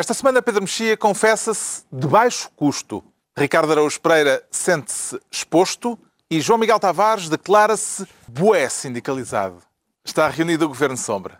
Esta semana Pedro Mexia confessa-se de baixo custo. Ricardo Araújo Pereira sente-se exposto e João Miguel Tavares declara-se bué sindicalizado. Está reunido o Governo Sombra.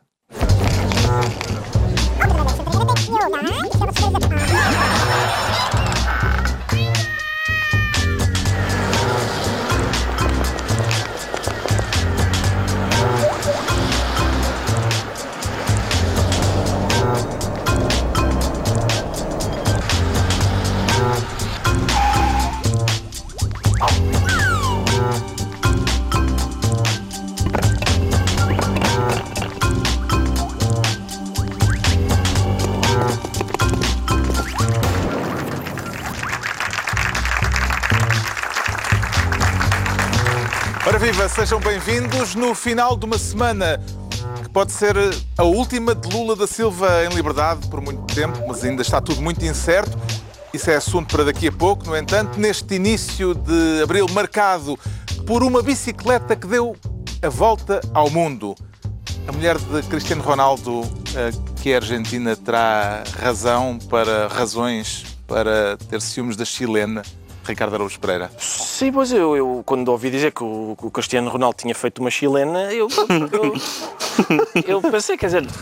Ora viva, sejam bem-vindos no final de uma semana que pode ser a última de Lula da Silva em liberdade por muito tempo, mas ainda está tudo muito incerto. Isso é assunto para daqui a pouco. No entanto, neste início de abril marcado por uma bicicleta que deu a volta ao mundo. A mulher de Cristiano Ronaldo, que a Argentina terá razões para ter ciúmes da chilena, Ricardo Araújo Pereira. Sim, pois eu quando ouvi dizer que o Cristiano Ronaldo tinha feito uma chilena, eu pensei, quer dizer,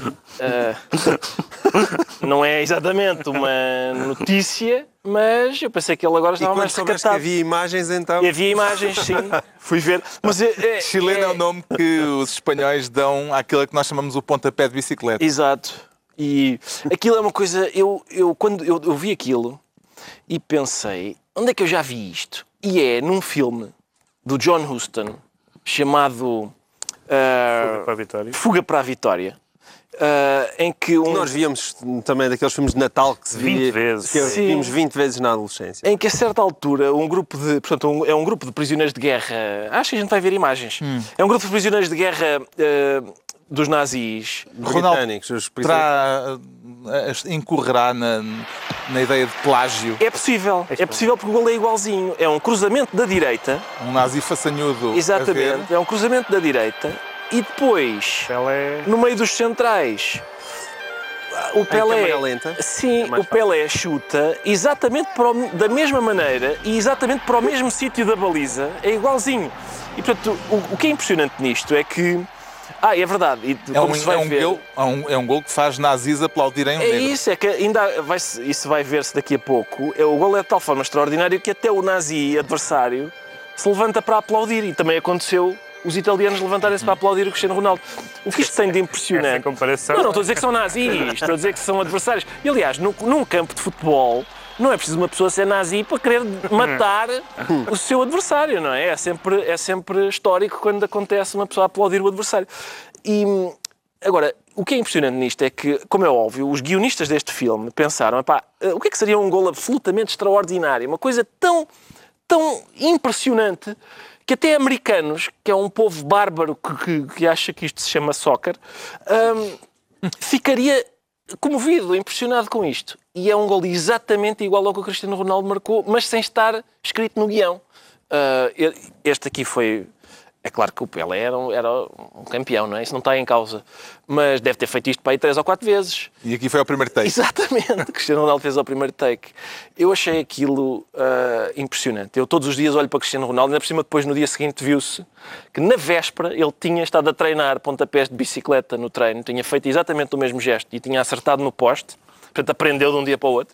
não é exatamente uma notícia, mas eu pensei que ele agora estava mais recatado. Havia imagens, então? E havia imagens, sim. Fui ver. Mas chilena é o nome que os espanhóis dão àquilo que nós chamamos o pontapé de bicicleta. Exato. E aquilo é uma coisa... Quando eu vi aquilo e pensei, onde é que eu já vi isto? E é num filme do John Huston chamado Fuga para a Vitória. Em que nós víamos também daqueles filmes de Natal que se via 20 vezes. Que vimos 20 vezes na adolescência. Em que a certa altura é um grupo de prisioneiros de guerra. Acho que a gente vai ver imagens. É um grupo de prisioneiros de guerra dos nazis britânicos. Incorrerá na ideia de plágio. É possível porque o gol é igualzinho. É um cruzamento da direita. Um nazi façanhudo. Exatamente, é um cruzamento da direita. E depois, no meio dos centrais, o Pelé... lenta. Sim, o Pelé chuta exatamente da mesma maneira e exatamente para o mesmo sítio da baliza. É igualzinho. E, portanto, o que é impressionante nisto é que... é verdade. E, é um gol que faz nazis aplaudirem o negro. É isso, é que isso vai ver-se daqui a pouco. O gol é de tal forma extraordinário que até o nazi adversário se levanta para aplaudir. E também aconteceu os italianos levantarem-se para aplaudir o Cristiano Ronaldo. O que isto tem de impressionante... Não estou a dizer que são nazis, estou a dizer que são adversários. E, aliás, num campo de futebol... Não é preciso uma pessoa ser nazi para querer matar o seu adversário, não é? É sempre histórico quando acontece uma pessoa aplaudir o adversário. E, agora, o que é impressionante nisto é que, como é óbvio, os guionistas deste filme pensaram, o que é que seria um golo absolutamente extraordinário? Uma coisa tão impressionante que até americanos, que é um povo bárbaro que acha que isto se chama soccer, ficaria comovido, impressionado com isto. E é um gol exatamente igual ao que o Cristiano Ronaldo marcou, mas sem estar escrito no guião. Este aqui foi... É claro que o Pelé era um campeão, não é? Isso não está em causa. Mas deve ter feito isto para aí 3 ou 4 vezes. E aqui foi ao primeiro take. Exatamente. O Cristiano Ronaldo fez ao primeiro take. Eu achei aquilo impressionante. Eu todos os dias olho para o Cristiano Ronaldo, ainda por cima depois no dia seguinte viu-se que na véspera ele tinha estado a treinar pontapés de bicicleta no treino, tinha feito exatamente o mesmo gesto e tinha acertado no poste. Portanto, aprendeu de um dia para o outro.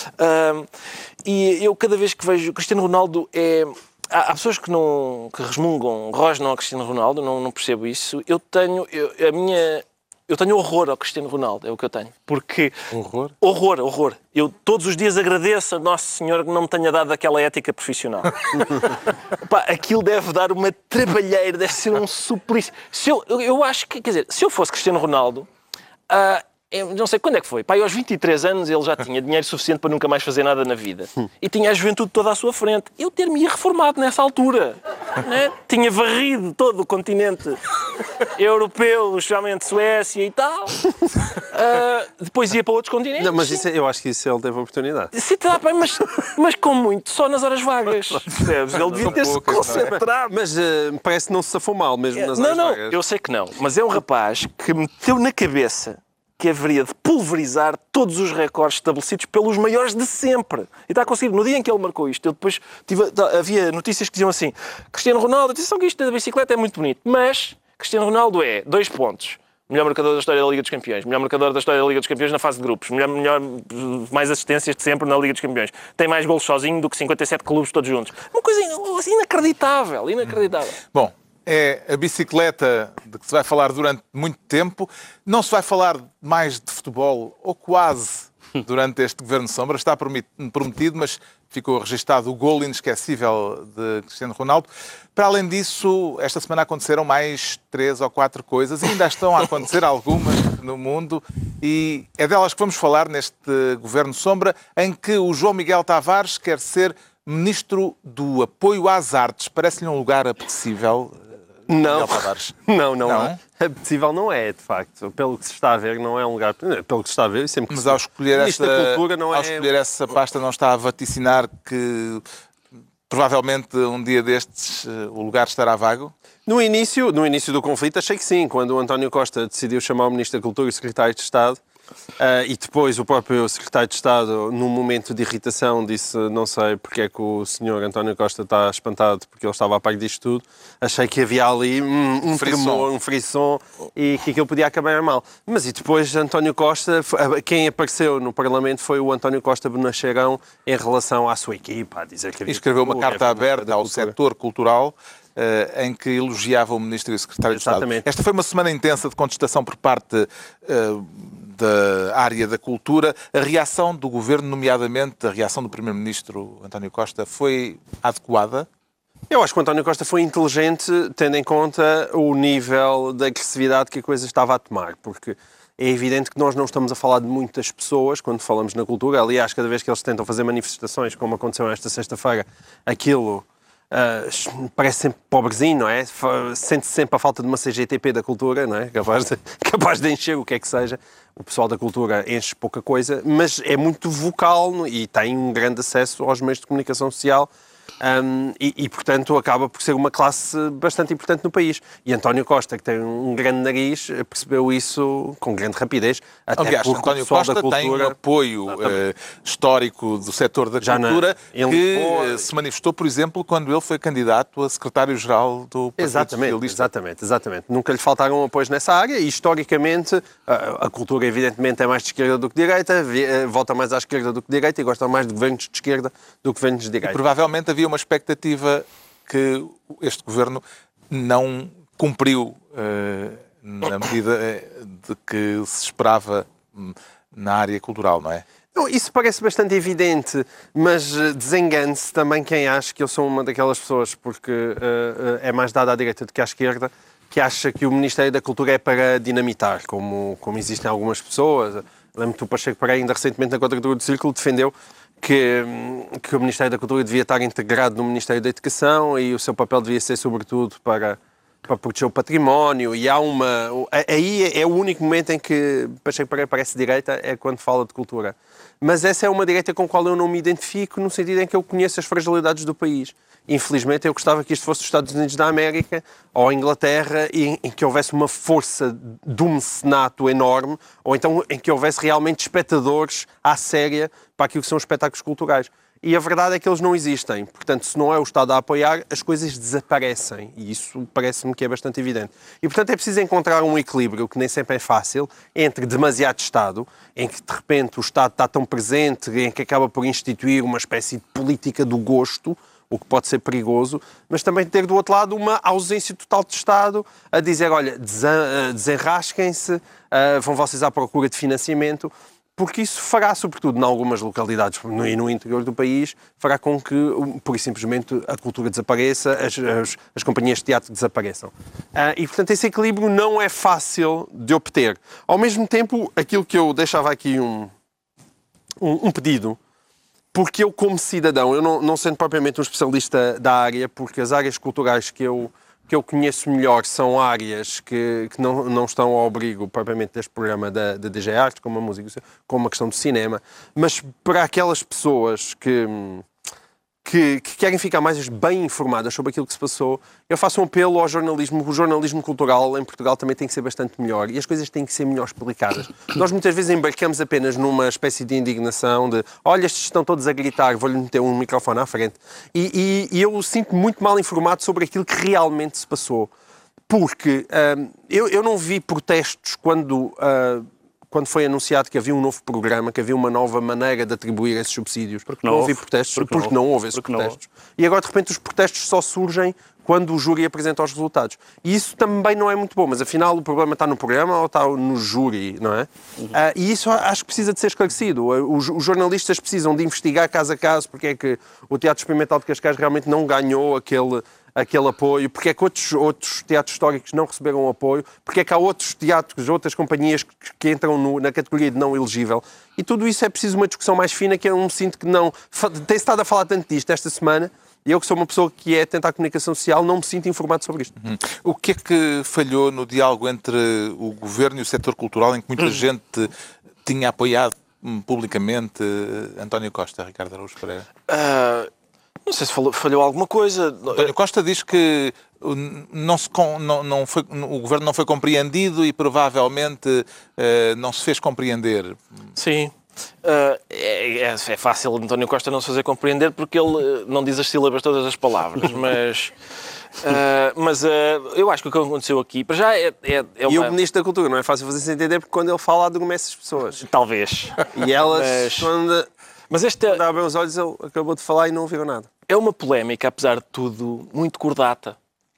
E eu cada vez que vejo o Cristiano Ronaldo Há pessoas que resmungam, rosnam ao Cristiano Ronaldo, não percebo isso. Eu tenho horror ao Cristiano Ronaldo, é o que eu tenho. Porque... Horror? Horror. Eu todos os dias agradeço a Nosso Senhor que não me tenha dado aquela ética profissional. Aquilo deve dar uma trabalheira, deve ser um suplício. Eu acho que, quer dizer, se eu fosse Cristiano Ronaldo... Eu não sei quando é que foi. Aos 23 anos ele já tinha dinheiro suficiente para nunca mais fazer nada na vida. E tinha a juventude toda à sua frente. Eu ter-me reformado nessa altura. Né? Tinha varrido todo o continente europeu, especialmente Suécia e tal. Depois ia para outros continentes. Não, mas eu acho que isso ele teve a oportunidade. Sim, está bem, mas com muito, só nas horas vagas. Percebes? Ele devia ter-se concentrado. Mas parece que não se safou mal mesmo nas horas vagas. Não, eu sei que não. Mas é um rapaz que meteu na cabeça que haveria de pulverizar todos os recordes estabelecidos pelos maiores de sempre. E está a conseguir. No dia em que ele marcou isto, eu depois havia notícias que diziam assim: Cristiano Ronaldo, atenção que isto da bicicleta é muito bonito, mas Cristiano Ronaldo é 2 pontos. Melhor marcador da história da Liga dos Campeões. Melhor marcador da história da Liga dos Campeões na fase de grupos. Mais assistências de sempre na Liga dos Campeões. Tem mais golos sozinho do que 57 clubes todos juntos. Uma coisa inacreditável. Inacreditável. Bom, é a bicicleta de que se vai falar durante muito tempo. Não se vai falar mais de futebol, ou quase, durante este Governo Sombra. Está prometido, mas ficou registado o golo inesquecível de Cristiano Ronaldo. Para além disso, esta semana aconteceram mais 3 ou 4 coisas. E ainda estão a acontecer algumas no mundo. E é delas que vamos falar neste Governo Sombra, em que o João Miguel Tavares quer ser Ministro do Apoio às Artes. Parece-lhe um lugar apetecível? Não, Não? é. Apetecível não é, de facto. Pelo que se está a ver, não é um lugar... Pelo que se está a ver, sempre que Mas ao escolher, cultura não escolher essa pasta não está a vaticinar que provavelmente um dia destes o lugar estará vago? No início do conflito achei que sim, quando o António Costa decidiu chamar o Ministro da Cultura e o Secretário de Estado, e depois o próprio Secretário de Estado, num momento de irritação, disse: não sei porque é que o senhor António Costa está espantado, porque ele estava a par disto tudo. Achei que havia ali um tremor, um frisson, e que aquilo podia acabar mal. Mas e depois António Costa, quem apareceu no Parlamento foi o António Costa Bonacheirão em relação à sua equipa, a dizer que havia... E escreveu uma carta aberta ao setor cultural, em que elogiava o Ministro e o Secretário de Estado. Esta foi uma semana intensa de contestação por parte da área da cultura. A reação do Governo, nomeadamente a reação do Primeiro-Ministro António Costa, foi adequada? Eu acho que o António Costa foi inteligente, tendo em conta o nível de agressividade que a coisa estava a tomar, porque é evidente que nós não estamos a falar de muitas pessoas quando falamos na cultura. Aliás, cada vez que eles tentam fazer manifestações, como aconteceu esta sexta-feira, aquilo... parece sempre pobrezinho, não é? Sente-se sempre a falta de uma CGTP da cultura, não é? Capaz de encher o que é que seja. O pessoal da cultura enche pouca coisa, mas é muito vocal e tem um grande acesso aos meios de comunicação social. Portanto, acaba por ser uma classe bastante importante no país. E António Costa, que tem um grande nariz, percebeu isso com grande rapidez. Até aliás, António Costa cultura... tem um apoio histórico do setor da cultura que se manifestou, por exemplo, quando ele foi candidato a secretário-geral do Partido Socialista. Exatamente. Nunca lhe faltaram apoios nessa área e, historicamente, a cultura, evidentemente, é mais de esquerda do que de direita, volta mais à esquerda do que de direita e gosta mais de governos de esquerda do que governos de direita. E, provavelmente havia uma expectativa que este governo não cumpriu na medida de que se esperava na área cultural, não é? Não, isso parece bastante evidente, mas desengane-se também quem acha que eu sou uma daquelas pessoas, porque é mais dada à direita do que à esquerda, que acha que o Ministério da Cultura é para dinamitar, como existem algumas pessoas. Lembro que o Pacheco Pereira, ainda recentemente na Quadratura do Círculo, defendeu que o Ministério da Cultura devia estar integrado no Ministério da Educação e o seu papel devia ser, sobretudo, para proteger o património. E há aí é o único momento em que Pacheco Pereira parece direita, é quando fala de cultura. Mas essa é uma direita com a qual eu não me identifico, no sentido em que eu conheço as fragilidades do país. Infelizmente, eu gostava que isto fosse os Estados Unidos da América ou a Inglaterra, em que houvesse uma força de um mecenato enorme, ou então em que houvesse realmente espectadores à séria para aquilo que são os espetáculos culturais. E a verdade é que eles não existem. Portanto, se não é o Estado a apoiar, as coisas desaparecem. E isso parece-me que é bastante evidente. E, portanto, é preciso encontrar um equilíbrio, que nem sempre é fácil, entre demasiado Estado, em que, de repente, o Estado está tão presente, em que acaba por instituir uma espécie de política do gosto, o que pode ser perigoso, mas também ter do outro lado uma ausência total de Estado a dizer, olha, desenrasquem-se, vão vocês à procura de financiamento, porque isso fará, sobretudo em algumas localidades e no interior do país, fará com que, por simplesmente, a cultura desapareça, as companhias de teatro desapareçam. E, portanto, esse equilíbrio não é fácil de obter. Ao mesmo tempo, aquilo que eu deixava aqui um pedido, porque eu, como cidadão, eu não sendo propriamente um especialista da área, porque as áreas culturais que eu conheço melhor são áreas que não estão ao abrigo propriamente deste programa da DG Arte, como a música, como a questão do cinema, mas para aquelas pessoas que que querem ficar mais bem informadas sobre aquilo que se passou, eu faço um apelo ao jornalismo. O jornalismo cultural em Portugal também tem que ser bastante melhor e as coisas têm que ser melhor explicadas. Nós muitas vezes embarcamos apenas numa espécie de indignação de olha, estes estão todos a gritar, vou-lhe meter um microfone à frente. E eu sinto-me muito mal informado sobre aquilo que realmente se passou. Porque eu não vi protestos quando foi anunciado que havia um novo programa, que havia uma nova maneira de atribuir esses subsídios. Porque não houve protestos, porque não houve esses protestos. E agora, de repente, os protestos só surgem quando o júri apresenta os resultados. E isso também não é muito bom, mas afinal o problema está no programa ou está no júri, não é? E isso acho que precisa de ser esclarecido. Os jornalistas precisam de investigar caso a caso porque é que o Teatro Experimental de Cascais realmente não ganhou aquele apoio, porque é que outros teatros históricos não receberam apoio, porque é que há outros teatros, outras companhias que entram na categoria de não elegível. E tudo isso é preciso uma discussão mais fina, que eu me sinto que não... Tem-se estado a falar tanto disto esta semana, e eu que sou uma pessoa que é atenta à comunicação social, não me sinto informado sobre isto. O que é que falhou no diálogo entre o governo e o setor cultural, em que muita gente tinha apoiado publicamente António Costa, Ricardo Araújo Pereira? Não sei se falhou alguma coisa. António Costa diz que o governo não foi compreendido e provavelmente não se fez compreender. Sim. É fácil António Costa não se fazer compreender porque ele não diz as sílabas todas as palavras, mas eu acho que o que aconteceu aqui, para já é E o Ministro da Cultura não é fácil fazer-se entender porque quando ele fala adormece as pessoas. Talvez. E elas, Mas quando abrem os olhos, ele acabou de falar e não ouviram nada. É uma polémica, apesar de tudo, muito cordata.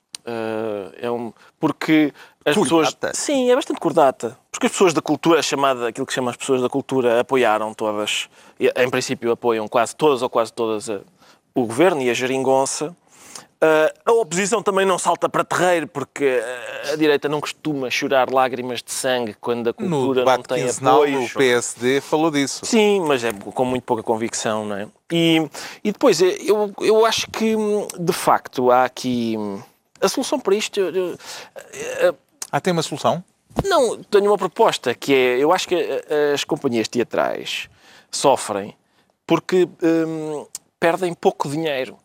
Porque as pessoas... Sim, é bastante cordata. Porque as pessoas da cultura, aquilo que chama as pessoas da cultura, apoiaram todas, em princípio apoiam quase todas ou quase todas o governo e a geringonça. A oposição também não salta para terreiro, porque a direita não costuma chorar lágrimas de sangue quando a cultura não tem apoio. O PSD falou disso. Sim, mas é com muito pouca convicção, não é? E depois, eu acho que, de facto, há aqui... A solução para isto... Tem uma solução? Não, tenho uma proposta, que é... Eu acho que as companhias teatrais sofrem porque perdem pouco dinheiro.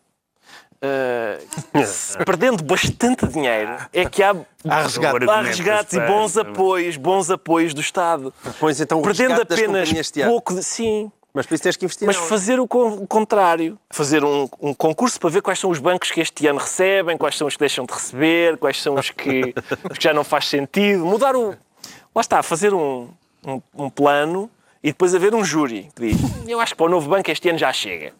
Perdendo bastante dinheiro, é que há resgates e bons apoios do Estado. Pois então, perdendo apenas pouco sim. Mas por isso tens que investir. Mas fazer o contrário. Fazer um concurso para ver quais são os bancos que este ano recebem, quais são os que deixam de receber, quais são os que já não faz sentido. Mudar o... Lá está, fazer um plano e depois haver um júri que diz eu acho que para o novo banco este ano já chega.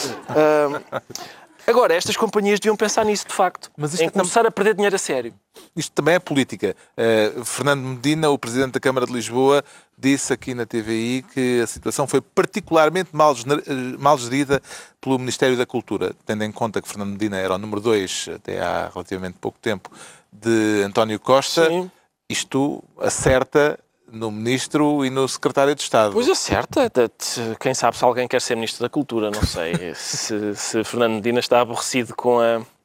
Agora, estas companhias deviam pensar nisso, de facto, em começar a perder dinheiro a sério. Isto também é política. Fernando Medina, o Presidente da Câmara de Lisboa, disse aqui na TVI que a situação foi particularmente mal gerida pelo Ministério da Cultura, tendo em conta que Fernando Medina era o número 2, até há relativamente pouco tempo, de António Costa. Sim. Isto acerta no Ministro e no Secretário de Estado. Pois acerta. Quem sabe se alguém quer ser Ministro da Cultura, não sei. se Fernando Medina está aborrecido com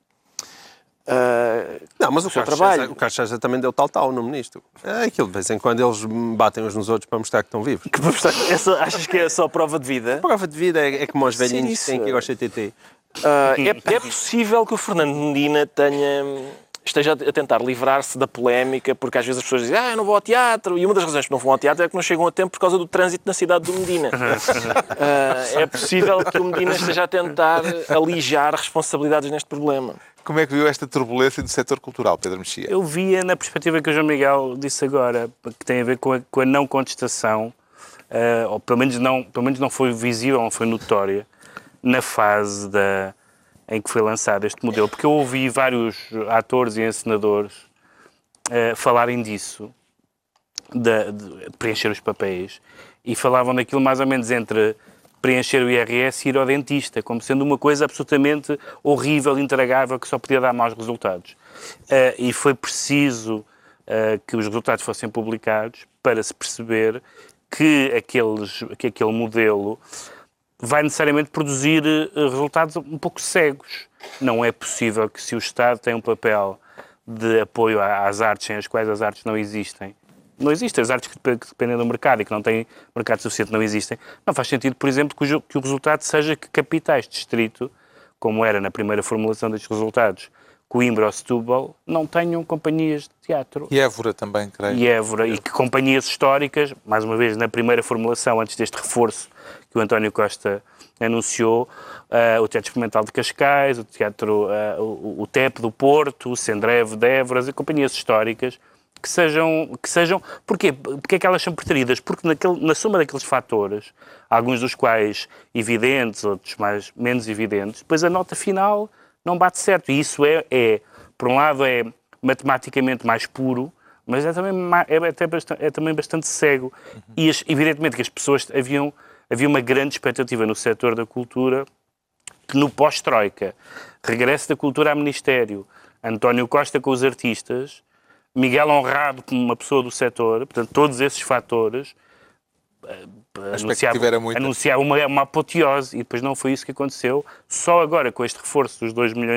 não, mas o Carlos César também deu tal no Ministro. É aquilo, de vez em quando eles batem uns nos outros para mostrar que estão vivos. Achas que é só prova de vida? Prova de vida é como os velhinhos que têm que ir ao CTT. É possível que o Fernando Medina esteja a tentar livrar-se da polémica, porque às vezes as pessoas dizem eu não vou ao teatro, e uma das razões que não vão ao teatro é que não chegam a tempo por causa do trânsito na cidade do Medina. É possível que o Medina esteja a tentar alijar responsabilidades neste problema. Como é que viu esta turbulência do setor cultural, Pedro Mexia? Eu via na perspectiva que o João Miguel disse agora, que tem a ver com a não contestação, ou pelo menos não foi visível, não foi notória, na fase em que foi lançado este modelo, porque eu ouvi vários atores e encenadores falarem disso, de preencher os papéis, e falavam daquilo mais ou menos entre preencher o IRS e ir ao dentista, como sendo uma coisa absolutamente horrível, intragável, que só podia dar maus resultados. E foi preciso que os resultados fossem publicados para se perceber que aquele modelo vai necessariamente produzir resultados um pouco cegos. Não é possível que, se o Estado tem um papel de apoio às artes sem as quais as artes não existem, as artes que dependem do mercado e que não têm mercado suficiente não existem, não faz sentido, por exemplo, que o resultado seja que capitais de distrito como era na primeira formulação destes resultados, Coimbra ou Setúbal, não tenham companhias de teatro. E Évora também, creio. E Évora, e que companhias históricas, mais uma vez, na primeira formulação, antes deste reforço que o António Costa anunciou, o Teatro Experimental de Cascais, o Teatro, o TEP do Porto, o Sendreve de Évora, e companhias históricas, que sejam... Porquê? Porque é que elas são preteridas? Porque na soma daqueles fatores, alguns dos quais evidentes, outros menos evidentes, depois a nota final não bate certo. E isso por um lado, é matematicamente mais puro, mas é também bastante cego. E evidentemente que as pessoas havia uma grande expectativa no setor da cultura que no pós-Troika, regresso da cultura a Ministério, António Costa com os artistas, Miguel Honrado como uma pessoa do setor, portanto, todos esses fatores anunciava uma apoteose, e depois não foi isso que aconteceu. Só agora, com este reforço dos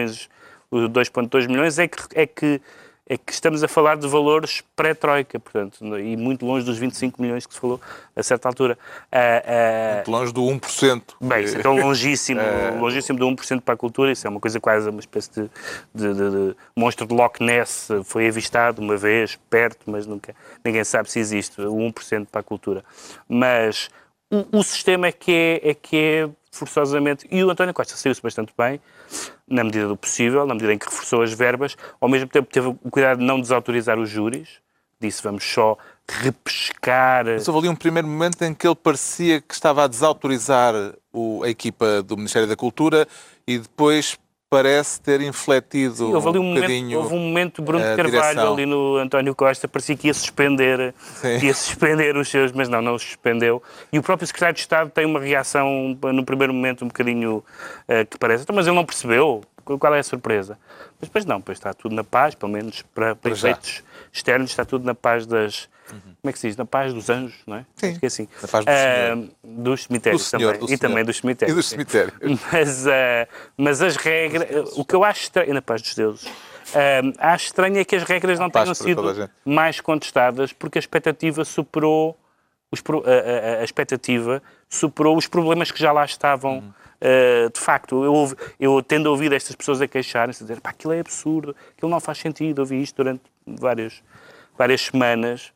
2,2 milhões, é que estamos a falar de valores pré-Troika, portanto, e muito longe dos 25 milhões que se falou a certa altura. Muito longe do 1%. Bem, isso é tão longíssimo do 1% para a cultura, isso é uma coisa quase uma espécie de monstro de Loch Ness, foi avistado uma vez, perto, mas ninguém sabe se existe, o 1% para a cultura. Mas o sistema é que é forçosamente, e o António Costa saiu-se bastante bem, na medida do possível, na medida em que reforçou as verbas, ao mesmo tempo teve o cuidado de não desautorizar os júris, disse vamos só repescar... Mas houve ali um primeiro momento em que ele parecia que estava a desautorizar a equipa do Ministério da Cultura e depois parece ter infletido. Sim, houve ali bocadinho houve um momento Bruno de Carvalho ali no António Costa, parecia que ia suspender os seus, mas não os suspendeu. E o próprio Secretário de Estado tem uma reação, no primeiro momento, um bocadinho que parece, mas ele não percebeu. Qual é a surpresa? Mas depois não, depois está tudo na paz, pelo menos para efeitos externos, está tudo na paz das... Como é que se diz? Na paz dos anjos, não é? Sim, acho que é assim. na paz do Senhor. Dos cemitérios do senhor, também. do E também dos cemitérios. E dos cemitérios. Mas as regras... O que eu acho estranho... Na paz dos deuses. Acho estranho é que as regras não tenham sido mais contestadas, porque a expectativa superou... A expectativa superou os problemas que já lá estavam. De facto, eu tendo ouvido estas pessoas a queixarem-se, a dizer pá, aquilo é absurdo, aquilo não faz sentido, ouvi isto durante várias semanas,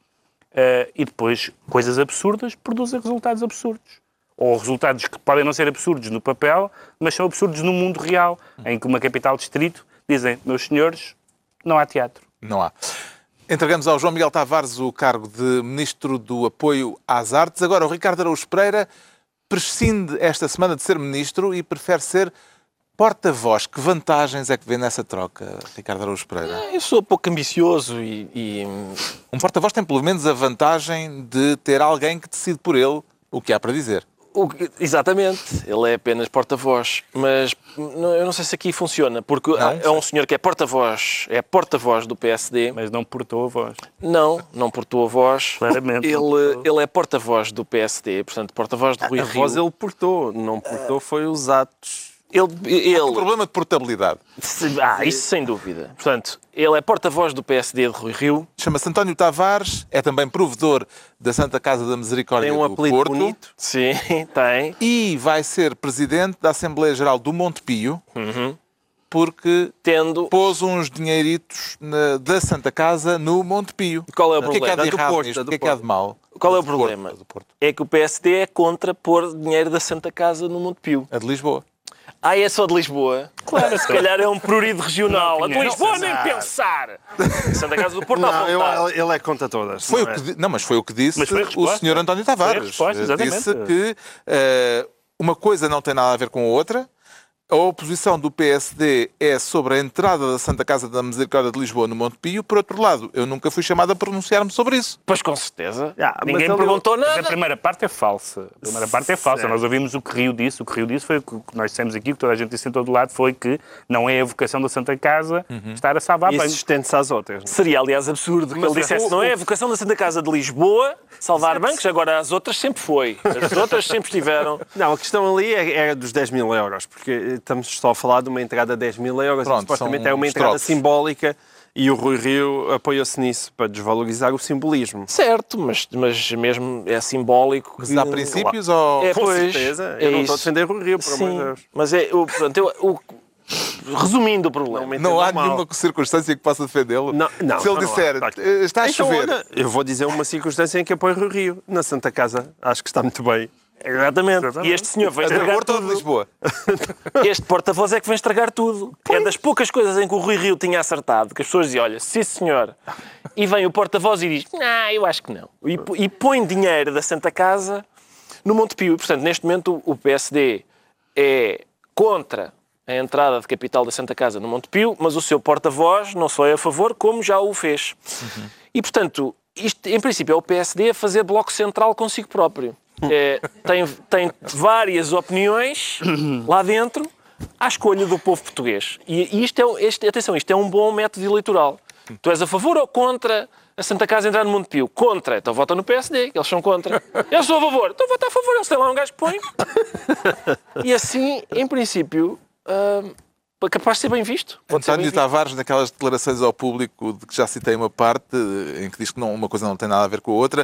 e depois coisas absurdas produzem resultados absurdos. Ou resultados que podem não ser absurdos no papel, mas são absurdos no mundo real, em que uma capital distrito dizem, meus senhores, não há teatro. Não há. Entregamos ao João Miguel Tavares o cargo de Ministro do Apoio às Artes. Agora, o Ricardo Araújo Pereira prescinde esta semana de ser Ministro e prefere ser porta-voz. Que vantagens é que vê nessa troca, Ricardo Araújo Pereira? Eu sou pouco ambicioso e... Um porta-voz tem pelo menos a vantagem de ter alguém que decide por ele o que há para dizer. Exatamente, ele é apenas porta-voz, mas eu não sei se aqui funciona, porque é um senhor que é porta-voz do PSD. Mas não portou a voz. Não portou a voz. Claramente. Ele é porta-voz do PSD, portanto, porta-voz de Rui Rio. A voz ele portou, não portou foi os atos. Um problema de portabilidade. Isso sem dúvida. Portanto, ele é porta-voz do PSD de Rui Rio. Chama-se António Tavares, é também provedor da Santa Casa da Misericórdia do Porto. Tem um apelido bonito. Sim, tem. E vai ser presidente da Assembleia Geral do Monte Pio, porque pôs uns dinheiritos da Santa Casa no Monte Pio. Qual é o problema? O que é que há de errado nisto? O que é que há de mal? Qual é o problema? É que o PSD é contra pôr dinheiro da Santa Casa no Monte Pio. A de Lisboa. É só de Lisboa? Claro, se calhar é um prurido regional. A de Lisboa nem pensar! Santa Casa do Porto à vontade. Ele é contra todas. Mas foi o que disse o Sr. António Tavares. Disse que uma coisa não tem nada a ver com a outra. A oposição do PSD é sobre a entrada da Santa Casa da Misericórdia de Lisboa no Monte Pio. Por outro lado, eu nunca fui chamado a pronunciar-me sobre isso. Pois, com certeza. Ninguém me perguntou nada. Mas a primeira parte é falsa. Nós ouvimos o que Rio disse. O que Rio disse foi o que nós dissemos aqui, o que toda a gente disse em todo lado, foi que não é a vocação da Santa Casa estar a salvar bens. Isso estende-se às outras. Seria, aliás, absurdo que ele dissesse não é a vocação da Santa Casa de Lisboa salvar bancos, agora as outras sempre foi. As outras sempre estiveram. Não, a questão ali era dos 10 mil euros, porque estamos só a falar de uma entrada de 10 mil euros. Pronto, supostamente é uma entrada simbólica e o Rui Rio apoiou-se nisso para desvalorizar o simbolismo. Certo, mas mesmo é simbólico. Mas há princípios ou... Com certeza. Eu não estou a defender o Rui Rio, por amor de Deus. Mas resumindo o problema. Não há nenhuma circunstância que possa defendê-lo? Não, Se ele não disser, há. está a Então, chover... olha, eu vou dizer uma circunstância em que apoio o Rio, na Santa Casa. Acho que está muito bem. Exatamente. E este senhor vem A estragar Porto ou de tudo. Lisboa? Este porta-voz é que vem estragar tudo. É das poucas coisas em que o Rui Rio tinha acertado, que as pessoas diziam, olha, sim senhor. E vem o porta-voz e diz, não, eu acho que não. E põe dinheiro da Santa Casa no Montepio. E, portanto, neste momento o PSD é contra a entrada de capital da Santa Casa no Montepio, mas o seu porta-voz não só é a favor, como já o fez. E, portanto, isto, em princípio, é o PSD a fazer bloco central consigo próprio. Tem várias opiniões lá dentro à escolha do povo português. E atenção, isto é um bom método eleitoral. Tu és a favor ou contra a Santa Casa entrar no Montepio? Contra. Então vota no PSD, eles são contra. Eu sou a favor. Então vota a favor, eles têm lá um gajo que põe. E assim, em princípio, é capaz de ser bem visto. António Tavares, naquelas declarações ao público, de que já citei uma parte, em que diz que uma coisa não tem nada a ver com a outra,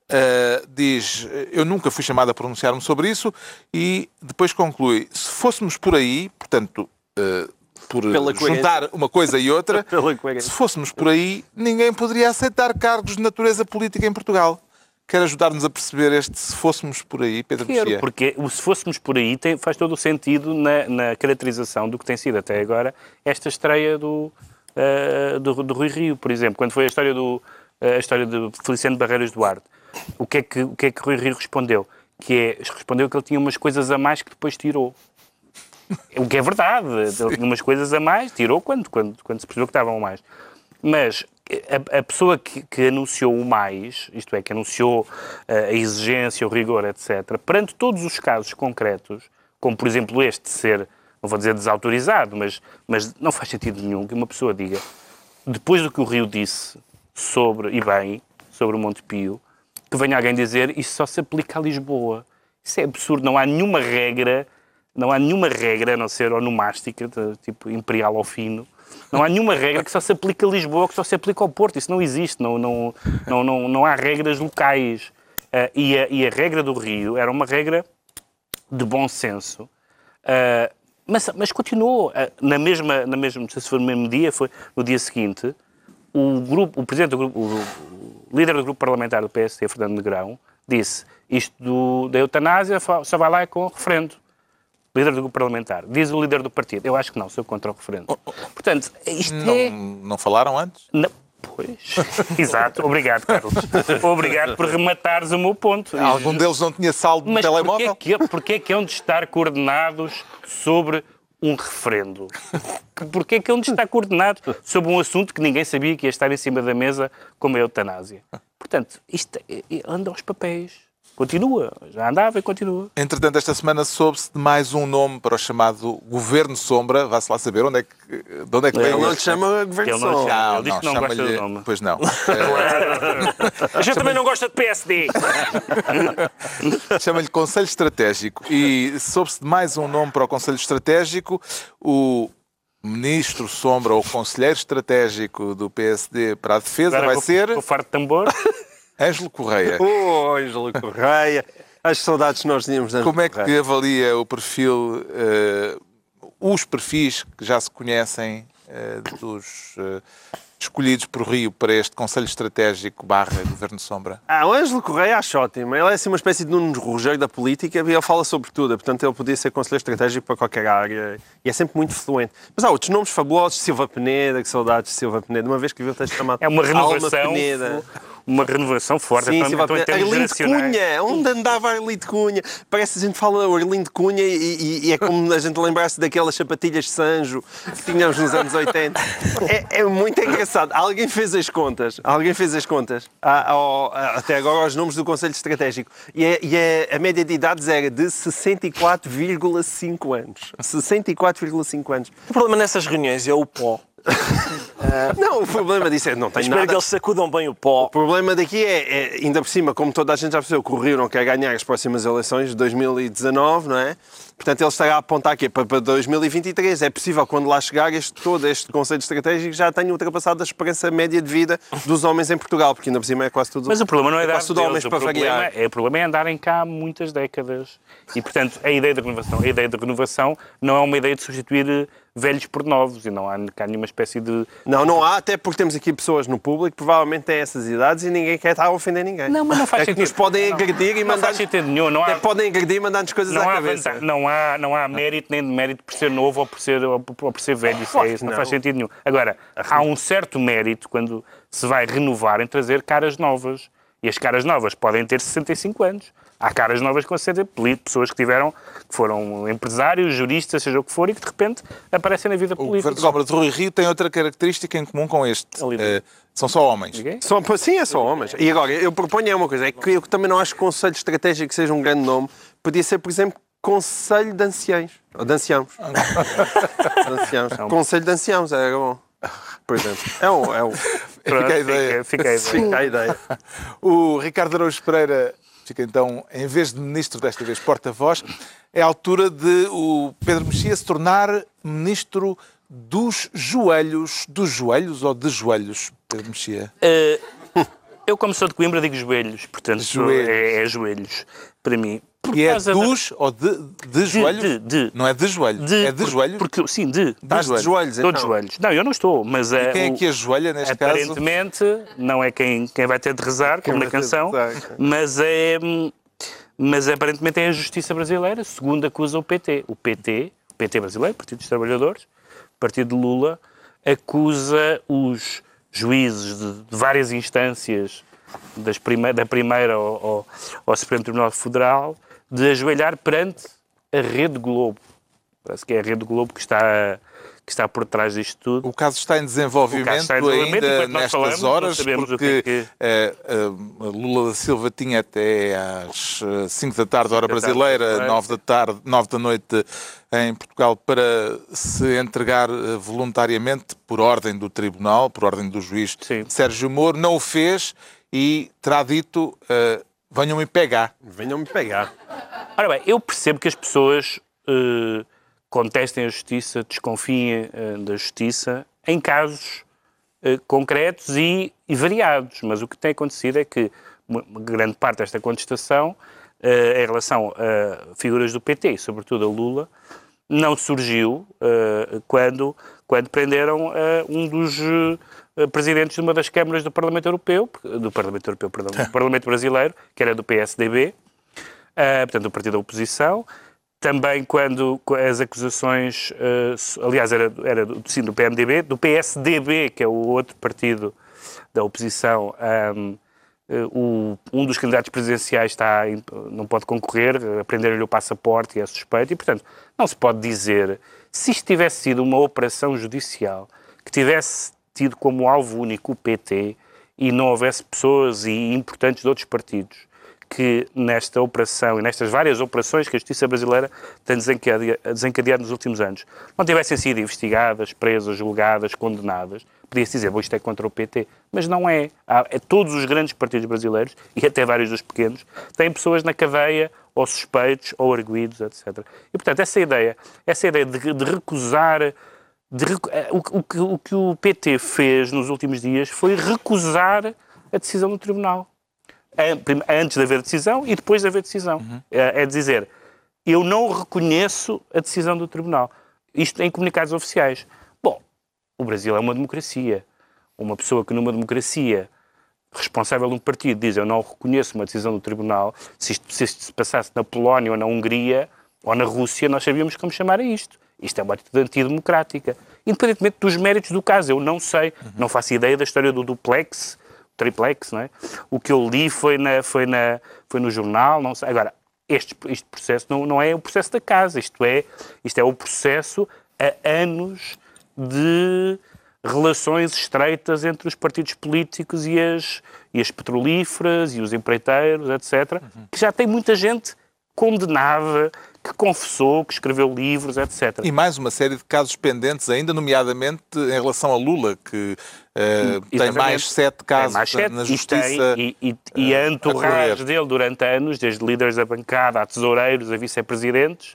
diz, eu nunca fui chamado a pronunciar-me sobre isso, e depois conclui, se fôssemos por aí, portanto, por juntar uma coisa e outra, se fôssemos por aí, ninguém poderia aceitar cargos de natureza política em Portugal. Quer ajudar-nos a perceber este se fôssemos por aí, Pedro Mexia? Porque o se fôssemos por aí faz todo o sentido na caracterização do que tem sido até agora esta estreia do Rui Rio, por exemplo. Quando foi a história de Feliciano Barreiras Duarte, o que é que Rui Rio respondeu? Respondeu que ele tinha umas coisas a mais que depois tirou. O que é verdade. Ele tinha umas coisas a mais, tirou quando se percebeu que estavam a mais. Mas a pessoa que anunciou o mais, isto é, que anunciou a exigência, o rigor, etc., perante todos os casos concretos, como por exemplo este de ser, não vou dizer desautorizado, mas não faz sentido nenhum que uma pessoa diga, depois do que o Rio disse sobre o Montepio, que venha alguém dizer isso só se aplica a Lisboa. Isso é absurdo, não há nenhuma regra, a não ser onomástica, tipo imperial ao fino. Não há nenhuma regra que só se aplique a Lisboa, que só se aplique ao Porto. Isso não existe. Não há regras locais. E a regra do Rio era uma regra de bom senso. Mas continuou. Na mesma, não sei se foi no mesmo dia, foi no dia seguinte, o presidente do grupo, o líder do grupo parlamentar do PSD, Fernando Negrão, disse isto da eutanásia só vai lá com referendo. Líder do grupo parlamentar. Diz o líder do partido. Eu acho que não, sou contra o referendo. Portanto, isto não falaram antes? Não. Pois. Exato. Obrigado, Carlos. Obrigado por rematares o meu ponto. Algum deles não tinha saldo no telemóvel? Porquê é que hão de estar coordenados sobre um referendo? Porquê é que hão de estar coordenados sobre um assunto que ninguém sabia que ia estar em cima da mesa, como a eutanásia? Portanto, isto anda aos papéis. Continua, já andava e continua. Entretanto, esta semana soube-se de mais um nome para o chamado Governo Sombra. Vá-se lá saber de onde é que vem. Ele não te chama Governo Sombra. Ele diz que não gosta do nome. Pois não. A gente também não gosta de PSD. Chama-lhe Conselho Estratégico. E soube-se de mais um nome para o Conselho Estratégico. O Ministro Sombra, ou Conselheiro Estratégico do PSD para a Defesa, Agora vai ser... O fardo de tambor. Ângelo Correia. Ângelo Correia. As saudades que nós tínhamos de Ângelo Como é Correia. que avalia o perfil, os perfis que já se conhecem dos escolhidos por Rio para este Conselho Estratégico / Governo Sombra? O Ângelo Correia acho ótimo. Ele é assim uma espécie de Nuno Rogério da política e ele fala sobre tudo. Portanto, ele podia ser conselheiro estratégico para qualquer área e é sempre muito fluente. Mas há outros nomes fabulosos. Silva Peneda, que saudades de Silva Peneda. Uma vez que viu o texto chamado É uma Alma renovação. Peneda. Uma renovação forte. Sim, então, em termos Arlindo geracionais. Cunha, onde andava Arlindo Cunha? Parece que a gente fala o Arlindo Cunha e é como a gente lembrasse daquelas sapatilhas de Sanjo que tínhamos nos anos 80. É muito engraçado. Alguém fez as contas. Até agora os nomes do Conselho Estratégico. A média de idades era de 64,5 anos. 64,5 anos. O problema nessas reuniões é o pó. Não, o problema disso é não tem Espero nada... que eles sacudam bem o pó. O problema daqui ainda por cima, como toda a gente já percebeu, que o Rio não quer ganhar as próximas eleições de 2019, não é? Portanto, ele estará a apontar aqui para 2023. É possível, quando lá chegar, todo este Conselho Estratégico já tenha ultrapassado a esperança média de vida dos homens em Portugal, porque ainda por cima é quase tudo. Mas o problema não é dar quase tudo homens para variar. O problema é andarem cá há muitas décadas. E, portanto, a ideia de renovação não é uma ideia de substituir velhos por novos, e não há cá nenhuma espécie de... Não há, até porque temos aqui pessoas no público que provavelmente têm essas idades e ninguém quer estar a ofender ninguém. Não, mas não faz sentido. Nos podem agredir e mandar... Não faz sentido nenhum. Não há... podem agredir e mandar-nos coisas à cabeça. Não há mérito nem demérito por ser novo ou por ser velho. Isso não faz sentido nenhum. Agora, há um certo mérito quando se vai renovar em trazer caras novas. E as caras novas podem ter 65 anos. Há caras novas com 60, pessoas que foram empresários, juristas, seja o que for, e que de repente aparecem na vida política. O Governo de Obra de Rui Rio tem outra característica em comum com este. São só homens. Sim, é só homens. E agora, eu proponho uma coisa, é que eu também não acho que o Conselho Estratégico seja um grande nome. Podia ser, por exemplo, Conselho de Anciãos. Ou de Anciãos. Conselho de Anciãos, era bom. Por exemplo. Fica a ideia. O Ricardo Araújo Pereira fica então, em vez de ministro, desta vez porta-voz. É a altura de o Pedro Mexia se tornar ministro dos joelhos. Dos joelhos ou de joelhos, Pedro Mexia? Eu, como sou de Coimbra, digo joelhos. Portanto, é joelhos, para mim. E é dos ou de joelhos? Não é de joelhos? É de joelhos? Porque, sim, Estás de joelhos, então. Estou de joelhos. Não, eu não estou, mas... E quem é que ajoelha neste caso? Aparentemente, não é quem vai ter de rezar, como na canção, mas aparentemente é a justiça brasileira, segundo acusa o PT. O PT brasileiro, Partido dos Trabalhadores, Partido de Lula, acusa os juízes de várias instâncias, da primeira ao Supremo Tribunal Federal, de ajoelhar perante a Rede Globo. Parece que é a Rede Globo que está por trás disto tudo. O caso está em desenvolvimento ainda nestas horas, porque Lula da Silva tinha até às 5 da tarde, hora brasileira, 9 da noite em Portugal, para se entregar voluntariamente por ordem do Tribunal, por ordem do juiz Sérgio Moro. Não o fez e terá dito... venham-me pegar. Venham-me pegar. Ora bem, eu percebo que as pessoas contestem a justiça, desconfiem da justiça em casos concretos e variados, mas o que tem acontecido é que uma grande parte desta contestação em relação a figuras do PT, e sobretudo a Lula, não surgiu quando prenderam um dos presidentes de uma das câmaras do Parlamento Europeu, do Parlamento Brasileiro, que era do PSDB, portanto, do Partido da Oposição. Também quando as acusações, aliás, era do PMDB, do PSDB, que é o outro partido da oposição, um dos candidatos presidenciais não pode concorrer, prenderam-lhe o passaporte e é suspeito, e, portanto, não se pode dizer, se isto tivesse sido uma operação judicial que tivesse tido como alvo único o PT e não houvesse pessoas importantes de outros partidos que nesta operação e nestas várias operações que a justiça brasileira tem desencadeado nos últimos anos não tivessem sido investigadas, presas, julgadas, condenadas, podia-se dizer, isto é contra o PT, mas não é. Todos os grandes partidos brasileiros, e até vários dos pequenos, têm pessoas na cadeia, ou suspeitos, ou arguidos, etc. E, portanto, essa ideia de recusar... O que o PT fez nos últimos dias foi recusar a decisão do Tribunal. Antes de haver decisão e depois de haver decisão. É dizer, eu não reconheço a decisão do Tribunal. Isto em comunicados oficiais. Bom, o Brasil é uma democracia. Uma pessoa que numa democracia responsável de um partido diz eu não reconheço uma decisão do Tribunal, se isto se passasse na Polónia ou na Hungria ou na Rússia, nós sabíamos como chamar a isto. Isto é uma atitude antidemocrática. Independentemente dos méritos do caso. Eu não sei, não faço ideia da história do duplex, triplex, não é? O que eu li foi no jornal, não sei. Agora, este processo não é o processo da casa, isto é o processo a anos de relações estreitas entre os partidos políticos e as petrolíferas e os empreiteiros, etc., que já tem muita gente condenada, que confessou, que escreveu livros, etc. E mais uma série de casos pendentes ainda, nomeadamente em relação a Lula, que tem mais 7 casos na Justiça. E a entourage dele durante anos, desde líderes da bancada a tesoureiros, a vice-presidentes,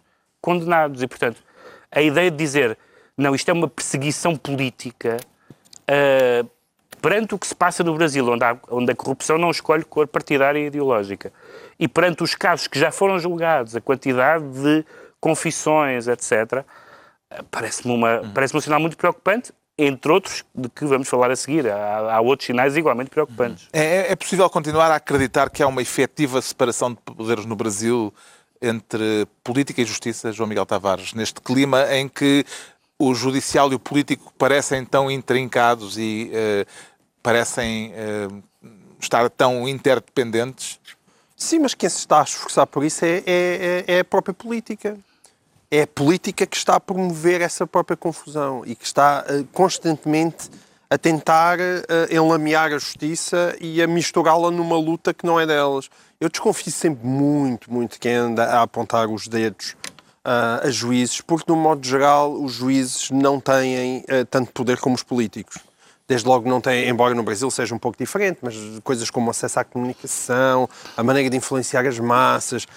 condenados. E, portanto, a ideia de dizer, não, isto é uma perseguição política, perante o que se passa no Brasil, onde a corrupção não escolhe cor partidária e ideológica, e perante os casos que já foram julgados, a quantidade de confissões, etc., parece-me um sinal muito preocupante, entre outros de que vamos falar a seguir. Há outros sinais igualmente preocupantes. É possível continuar a acreditar que há uma efetiva separação de poderes no Brasil entre política e justiça, João Miguel Tavares, neste clima em que o judicial e o político parecem tão intrincados e parecem estar tão interdependentes? Sim, mas quem se está a esforçar por isso é a própria política. É a política que está a promover essa própria confusão e que está constantemente a tentar enlamear a justiça e a misturá-la numa luta que não é delas. Eu desconfio sempre muito de quem anda a apontar os dedos a juízes, porque, de um modo geral, os juízes não têm tanto poder como os políticos. Desde logo não têm, embora no Brasil seja um pouco diferente, mas coisas como acesso à comunicação, a maneira de influenciar as massas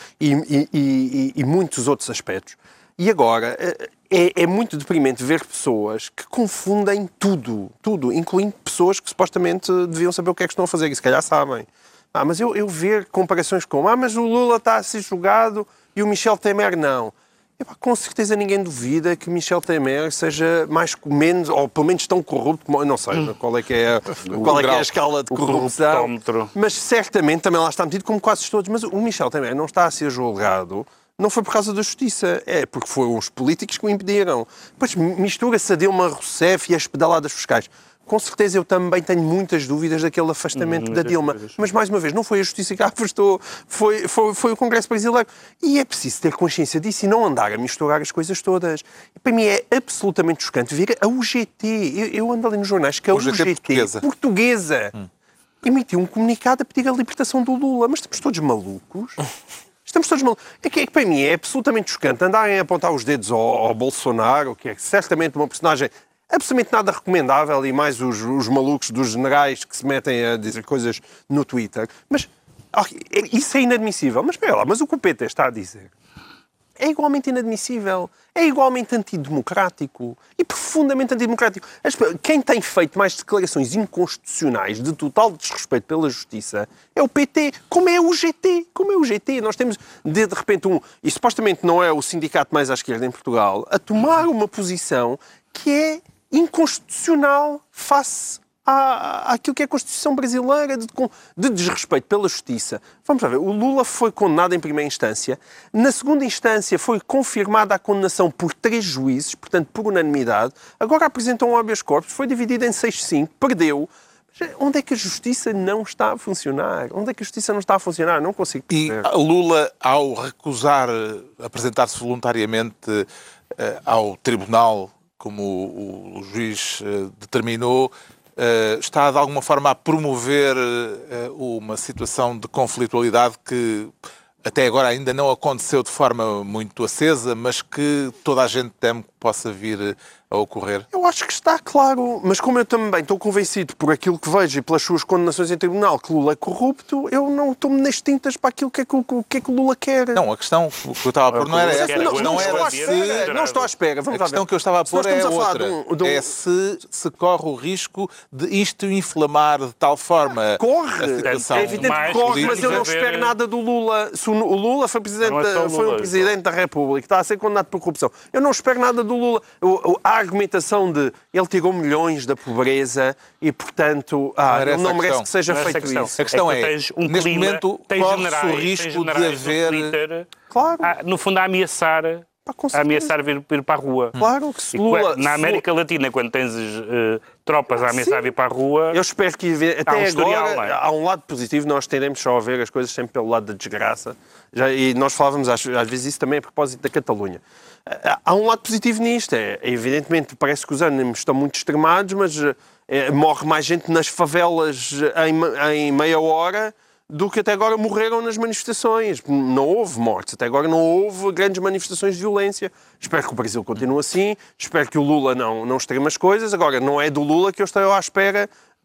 e muitos outros aspectos. E agora, é muito deprimente ver pessoas que confundem tudo, incluindo pessoas que supostamente deviam saber o que é que estão a fazer, e se calhar sabem. Mas eu ver comparações como, mas o Lula está a ser julgado e o Michel Temer não. Com certeza ninguém duvida que Michel Temer seja menos, ou pelo menos tão corrupto como... Não sei qual é que é a escala de corrupção. Mas certamente também lá está metido, como quase todos. Mas o Michel Temer não está a ser julgado, não foi por causa da justiça, é porque foram os políticos que o impediram. Depois mistura-se a Dilma Rousseff e as pedaladas fiscais. Com certeza eu também tenho muitas dúvidas daquele afastamento da Dilma. Mas, mais uma vez, não foi a justiça que a afastou, foi o Congresso brasileiro. E é preciso ter consciência disso e não andar a misturar as coisas todas. E para mim é absolutamente chocante ver a UGT. Eu ando ali nos jornais que a UGT portuguesa emitiu um comunicado a pedir a libertação do Lula. Mas estamos todos malucos? Estamos todos malucos. É que para mim é absolutamente chocante andarem a apontar os dedos ao Bolsonaro, que é certamente uma personagem absolutamente nada recomendável, e mais os malucos dos generais que se metem a dizer coisas no Twitter. Mas isso é inadmissível. Mas espera lá, mas o que o PT está a dizer é igualmente inadmissível, é igualmente antidemocrático e profundamente antidemocrático. Quem tem feito mais declarações inconstitucionais de total desrespeito pela justiça é o PT, como é o GT. Nós temos, de repente, e supostamente não é o sindicato mais à esquerda em Portugal, a tomar uma posição que é inconstitucional face àquilo que é a Constituição brasileira de desrespeito pela justiça. Vamos lá ver, o Lula foi condenado em primeira instância, na segunda instância foi confirmada a condenação por 3 juízes, portanto por unanimidade, agora apresentou um habeas corpus, foi dividido em 6-5, perdeu. Onde é que a justiça não está a funcionar? Não consigo perceber. E Lula, ao recusar apresentar-se voluntariamente ao tribunal, como o juiz determinou, está de alguma forma a promover uma situação de conflitualidade que até agora ainda não aconteceu de forma muito acesa, mas que toda a gente teme que possa vir a ocorrer? Eu acho que está claro, mas como eu também estou convencido por aquilo que vejo e pelas suas condenações em tribunal que Lula é corrupto, eu não tomo nas tintas para aquilo que é que o Lula quer. Não, a questão que eu estava a pôr não era essa. Não estou à espera. A questão que eu estava a pôr é outra. É se corre o risco de isto inflamar de tal forma a situação. É evidente que corre, mas eu não espero nada do Lula. Se o Lula foi um presidente da República, está a ser condenado por corrupção, eu não espero nada do Lula. A argumentação de ele tirou milhões da pobreza e, portanto, ele não merece que seja feito isso. A questão é, neste momento, corre-se o risco de haver... Claro. No fundo, a ameaçar vir para a rua. Claro que se Lula... Na América Latina, quando tens tropas a ameaçar vir para a rua... Eu espero que até agora há um lado positivo, nós tendemos só a ver as coisas sempre pelo lado da desgraça. E nós falávamos às vezes isso também a propósito da Catalunha. Há um lado positivo nisto. Evidentemente, parece que os ânimos estão muito extremados, mas morre mais gente nas favelas em meia hora do que até agora morreram nas manifestações. Não houve mortes. Até agora não houve grandes manifestações de violência. Espero que o Brasil continue assim. Espero que o Lula não extreme as coisas. Agora, não é do Lula que eu estou à espera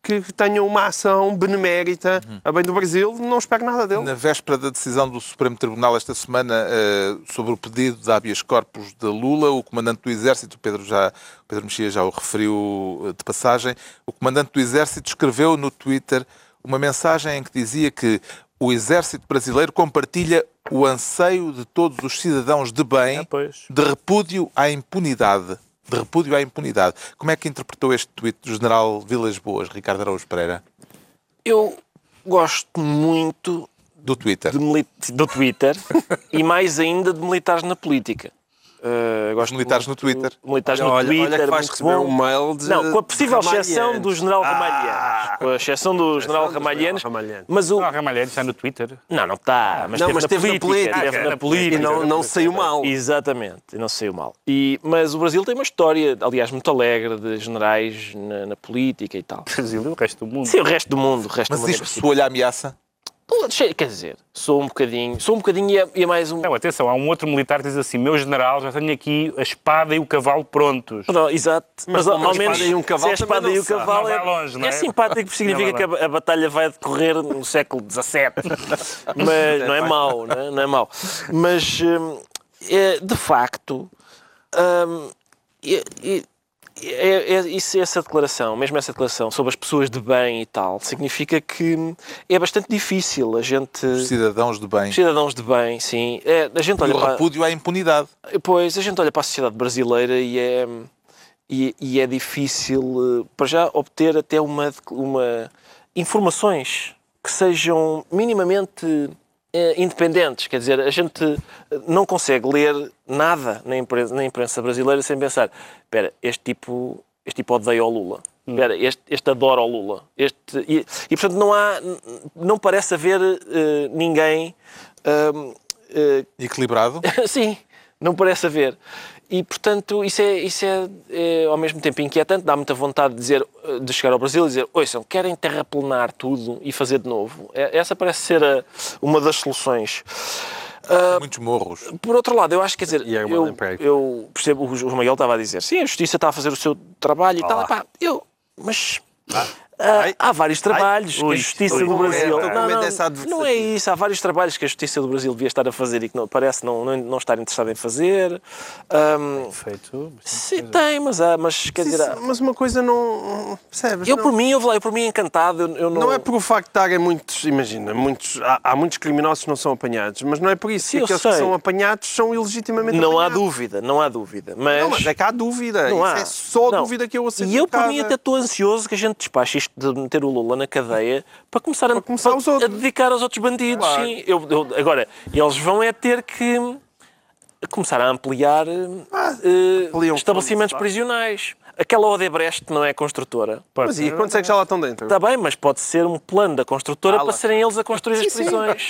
que tenha uma ação benemérita a bem do Brasil. Não espero nada dele. Na véspera da decisão do Supremo Tribunal esta semana sobre o pedido de habeas corpus de Lula, o comandante do Exército, Pedro Mexia já o referiu de passagem, o comandante do Exército escreveu no Twitter uma mensagem em que dizia que o Exército brasileiro compartilha o anseio de todos os cidadãos de bem de repúdio à impunidade. De repúdio à impunidade. Como é que interpretou este tweet do general Vilas Boas, Ricardo Araújo Pereira? Eu gosto muito do Twitter, do Twitter e mais ainda de militares na política. Gosto militares no Twitter. Militares no Twitter, olha que vais receber um mail de... Não, com a possível exceção do general Ramalhianos. Com a exceção do general Ramalhianos. Mas o Ramalhianos está no Twitter? Não está. Mas esteve na política. E não saiu mal. Exatamente, e não saiu mal. Mas o Brasil tem uma história, aliás, muito alegre de generais na política e tal. O Brasil e o resto do mundo. Sim, o resto do mundo. Mas isto soa-lhe a ameaça? Quer dizer, sou um bocadinho e é mais um... Não, atenção, há um outro militar que diz assim, meu general, já tenho aqui a espada e o cavalo prontos. Não, exato, mas ao menos e um cavalo, se a espada e o cavalo é simpático, porque significa que a batalha vai decorrer no século XVII. Mas não é mau, não é mau. Mas, de facto... essa declaração, mesmo essa declaração sobre as pessoas de bem e tal, significa que é bastante difícil a gente... Os cidadãos de bem. Os cidadãos de bem, sim. A gente olha o repúdio à impunidade. Pois, a gente olha para a sociedade brasileira e é difícil, para já, obter até informações que sejam minimamente... independentes, quer dizer, a gente não consegue ler nada na imprensa brasileira sem pensar, espera, este tipo odeia o Lula, espera, este adora o Lula, e portanto não parece haver ninguém equilibrado? Sim, não parece haver. E, portanto, isso é ao mesmo tempo inquietante, dá muita vontade de chegar ao Brasil e dizer, ouçam, querem terraplenar tudo e fazer de novo. Essa parece ser uma das soluções. Muitos morros. Por outro lado, eu acho, quer dizer, eu percebo, o João Miguel estava a dizer, sim, a Justiça está a fazer o seu trabalho e tal, mas... há vários trabalhos que a Justiça do Brasil... Não é isso. Há vários trabalhos que a Justiça do Brasil devia estar a fazer e que parece não estar interessada em fazer. Feito. Sim, tem, mas quer dizer... Mas uma coisa não... Percebes? Eu por mim encantado. Não é por o facto de estarem muitos... Imagina, há muitos criminosos que não são apanhados, mas não é por isso. Sim, que aqueles que são apanhados são ilegitimamente apanhados. Não há dúvida. Mas é que há dúvida. Isso é só dúvida que eu aceito. E eu, por mim, até estou ansioso que a gente despache isto de meter o Lula na cadeia para começar a dedicar aos outros bandidos. Claro. Sim. Agora, eles vão ter que começar a ampliar estabelecimentos prisionais. Aquela Odebrecht não é construtora. Mas e quantos é que já lá estão dentro? Está bem, mas pode ser um plano da construtora para serem eles a construir as prisões.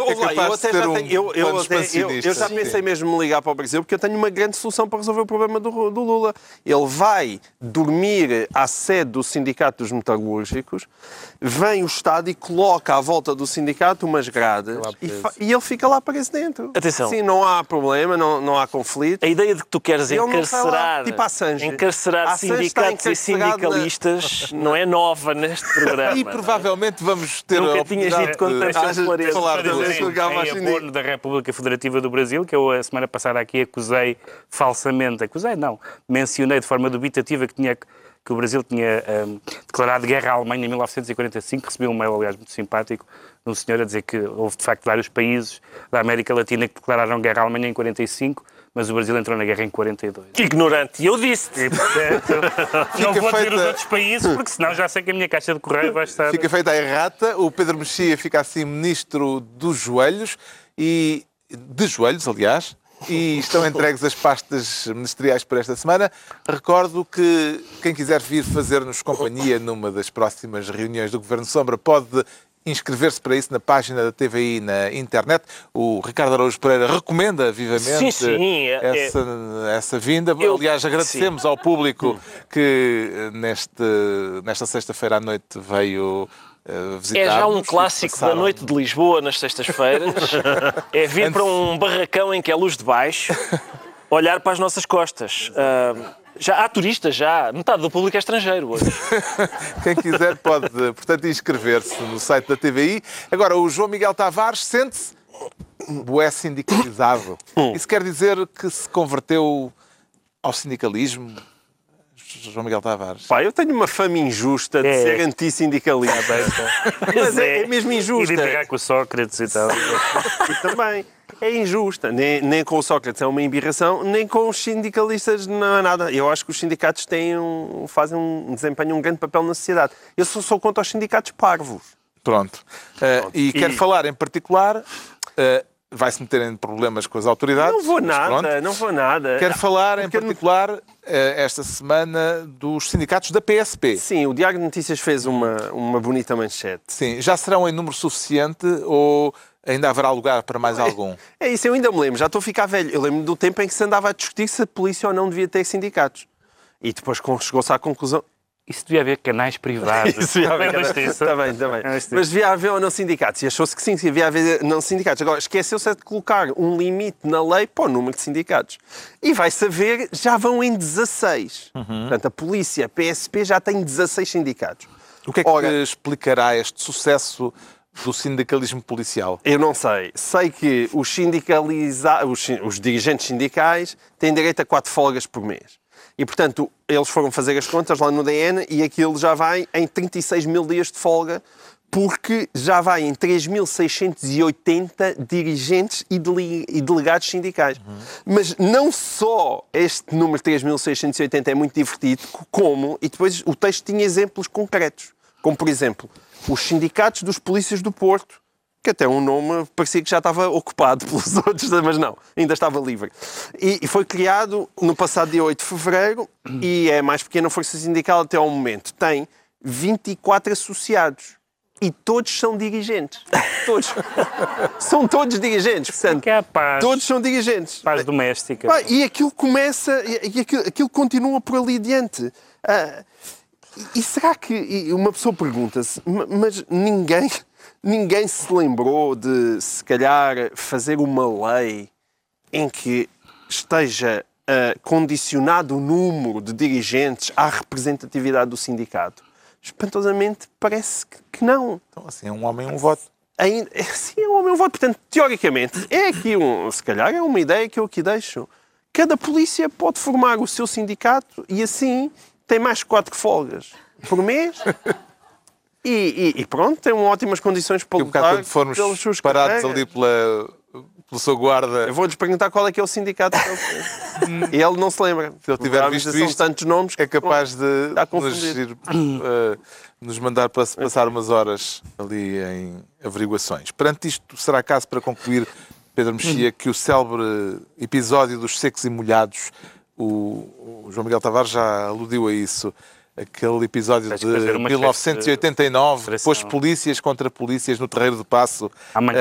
Eu já pensei mesmo em ligar para o Brasil porque eu tenho uma grande solução para resolver o problema do Lula. Ele vai dormir à sede do Sindicato dos Metalúrgicos, vem o Estado e coloca à volta do sindicato umas grades e ele fica lá preso dentro. Atenção. Sim, não há problema, não há conflito. A ideia de que tu queres encarcerar sindicatos e sindicalistas não é nova neste programa. E provavelmente vamos ter Nunca tinhas dito com tanta clareza. Falar em abono da República Federativa do Brasil, que eu a semana passada aqui mencionei de forma dubitativa que o Brasil tinha declarado guerra à Alemanha em 1945, recebi um mail, aliás, muito simpático, de um senhor a dizer que houve, de facto, vários países da América Latina que declararam guerra à Alemanha em 45, mas o Brasil entrou na guerra em 42. Ignorante, e eu disse-te. E, portanto, não vou dizer os outros países, porque senão já sei que a minha caixa de correio vai estar... Fica feita a errata, o Pedro Mexia fica assim ministro dos joelhos, e de joelhos, aliás, e estão entregues as pastas ministeriais para esta semana. Recordo que quem quiser vir fazer-nos companhia numa das próximas reuniões do Governo Sombra pode inscrever-se para isso na página da TVI na internet. O Ricardo Araújo Pereira recomenda vivamente essa vinda. Aliás, agradecemos ao público que nesta sexta-feira à noite veio visitar. É já um clássico da noite de Lisboa nas sextas-feiras. É vir para um barracão em que é luz de baixo olhar para as nossas costas. Já há turistas, já. Metade do público é estrangeiro hoje. Quem quiser pode, portanto, inscrever-se no site da TVI. Agora, o João Miguel Tavares sente-se bué sindicalizado. Isso quer dizer que se converteu ao sindicalismo? João Miguel Tavares. Pá, eu tenho uma fama injusta de ser antissindicalista. Mas é mesmo injusta. E de brigar com o Sócrates e tal. E também é injusta. Nem com o Sócrates é uma embirração, nem com os sindicalistas não é nada. Eu acho que os sindicatos desempenham um grande papel na sociedade. Eu sou contra os sindicatos parvos. Pronto. E quero falar em particular... vai-se meter em problemas com as autoridades. Não vou nada. Quero falar em particular esta semana dos sindicatos da PSP. Sim, o Diário de Notícias fez uma bonita manchete. Sim, já serão em número suficiente ou ainda haverá lugar para mais algum? É isso, eu ainda me lembro, já estou a ficar velho. Eu lembro do tempo em que se andava a discutir se a polícia ou não devia ter sindicatos. E depois chegou-se à conclusão... Isso devia haver canais privados. Isso devia haver Também. Mas devia haver ou não sindicatos. E achou-se que sim, devia haver não sindicatos. Agora, esqueceu-se de colocar um limite na lei para o número de sindicatos. E vai-se ver, já vão em 16. Portanto, a polícia, a PSP, já tem 16 sindicatos. O que é que explicará este sucesso do sindicalismo policial? Eu não sei. Sei que os dirigentes sindicais têm direito a 4 folgas por mês. E, portanto, eles foram fazer as contas lá no DN e aquilo já vai em 36 mil dias de folga, porque já vai em 3.680 dirigentes e delegados sindicais. Mas não só este número 3.680 é muito divertido, como, e depois o texto tinha exemplos concretos, como, por exemplo, os sindicatos dos polícias do Porto, que até um nome parecia que já estava ocupado pelos outros, mas não, ainda estava livre. E foi criado no passado dia 8 de fevereiro e é a mais pequena força sindical até ao momento. Tem 24 associados e todos são dirigentes. Todos. São todos dirigentes. Portanto, que é a paz. Todos são dirigentes. Paz doméstica. E aquilo começa, aquilo continua por ali adiante. E será que, uma pessoa pergunta-se, mas ninguém se lembrou de, se calhar, fazer uma lei em que esteja condicionado o número de dirigentes à representatividade do sindicato? Espantosamente, parece que não. Então, assim, é um homem, um voto. Sim, é um homem, um voto. Portanto, teoricamente, é aqui se calhar é uma ideia que eu aqui deixo. Cada polícia pode formar o seu sindicato e, assim, tem mais 4 folgas por mês. E pronto, tem ótimas condições para lutar quando formos pelas suas parados carreiras. ali pelo seu guarda... Eu vou-lhes perguntar qual é que é o sindicato que ele fez. E ele não se lembra. Se ele tiver visto são isto, tantos nomes é capaz de está confundido. nos mandar passar umas horas ali em averiguações. Perante isto, será caso para concluir, Pedro Mexia, que o célebre episódio dos secos e molhados, o João Miguel Tavares já aludiu a isso, aquele episódio de 1989, depois polícias contra polícias no Terreiro do Paço,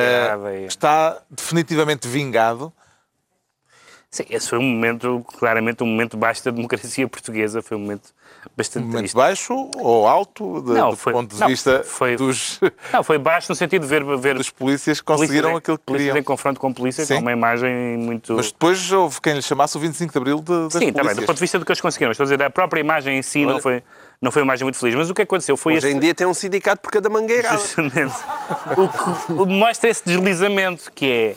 está definitivamente vingado? Sim, esse foi um momento, claramente um momento baixo da democracia portuguesa, foi um momento bastante momento triste. Baixo ou alto, do ponto de vista dos... Não, foi baixo no sentido de ver dos polícias que conseguiram aquilo que queriam. Polícias em confronto com polícias, com uma imagem muito... Mas depois houve quem lhe chamasse o 25 de Abril das polícias. Sim, também, do ponto de vista do que eles conseguiram. Estou a dizer, a própria imagem em si não foi uma imagem muito feliz. Mas o que aconteceu foi... Hoje em dia tem um sindicato por cada mangueirada. Justamente. O que mostra esse deslizamento, que é...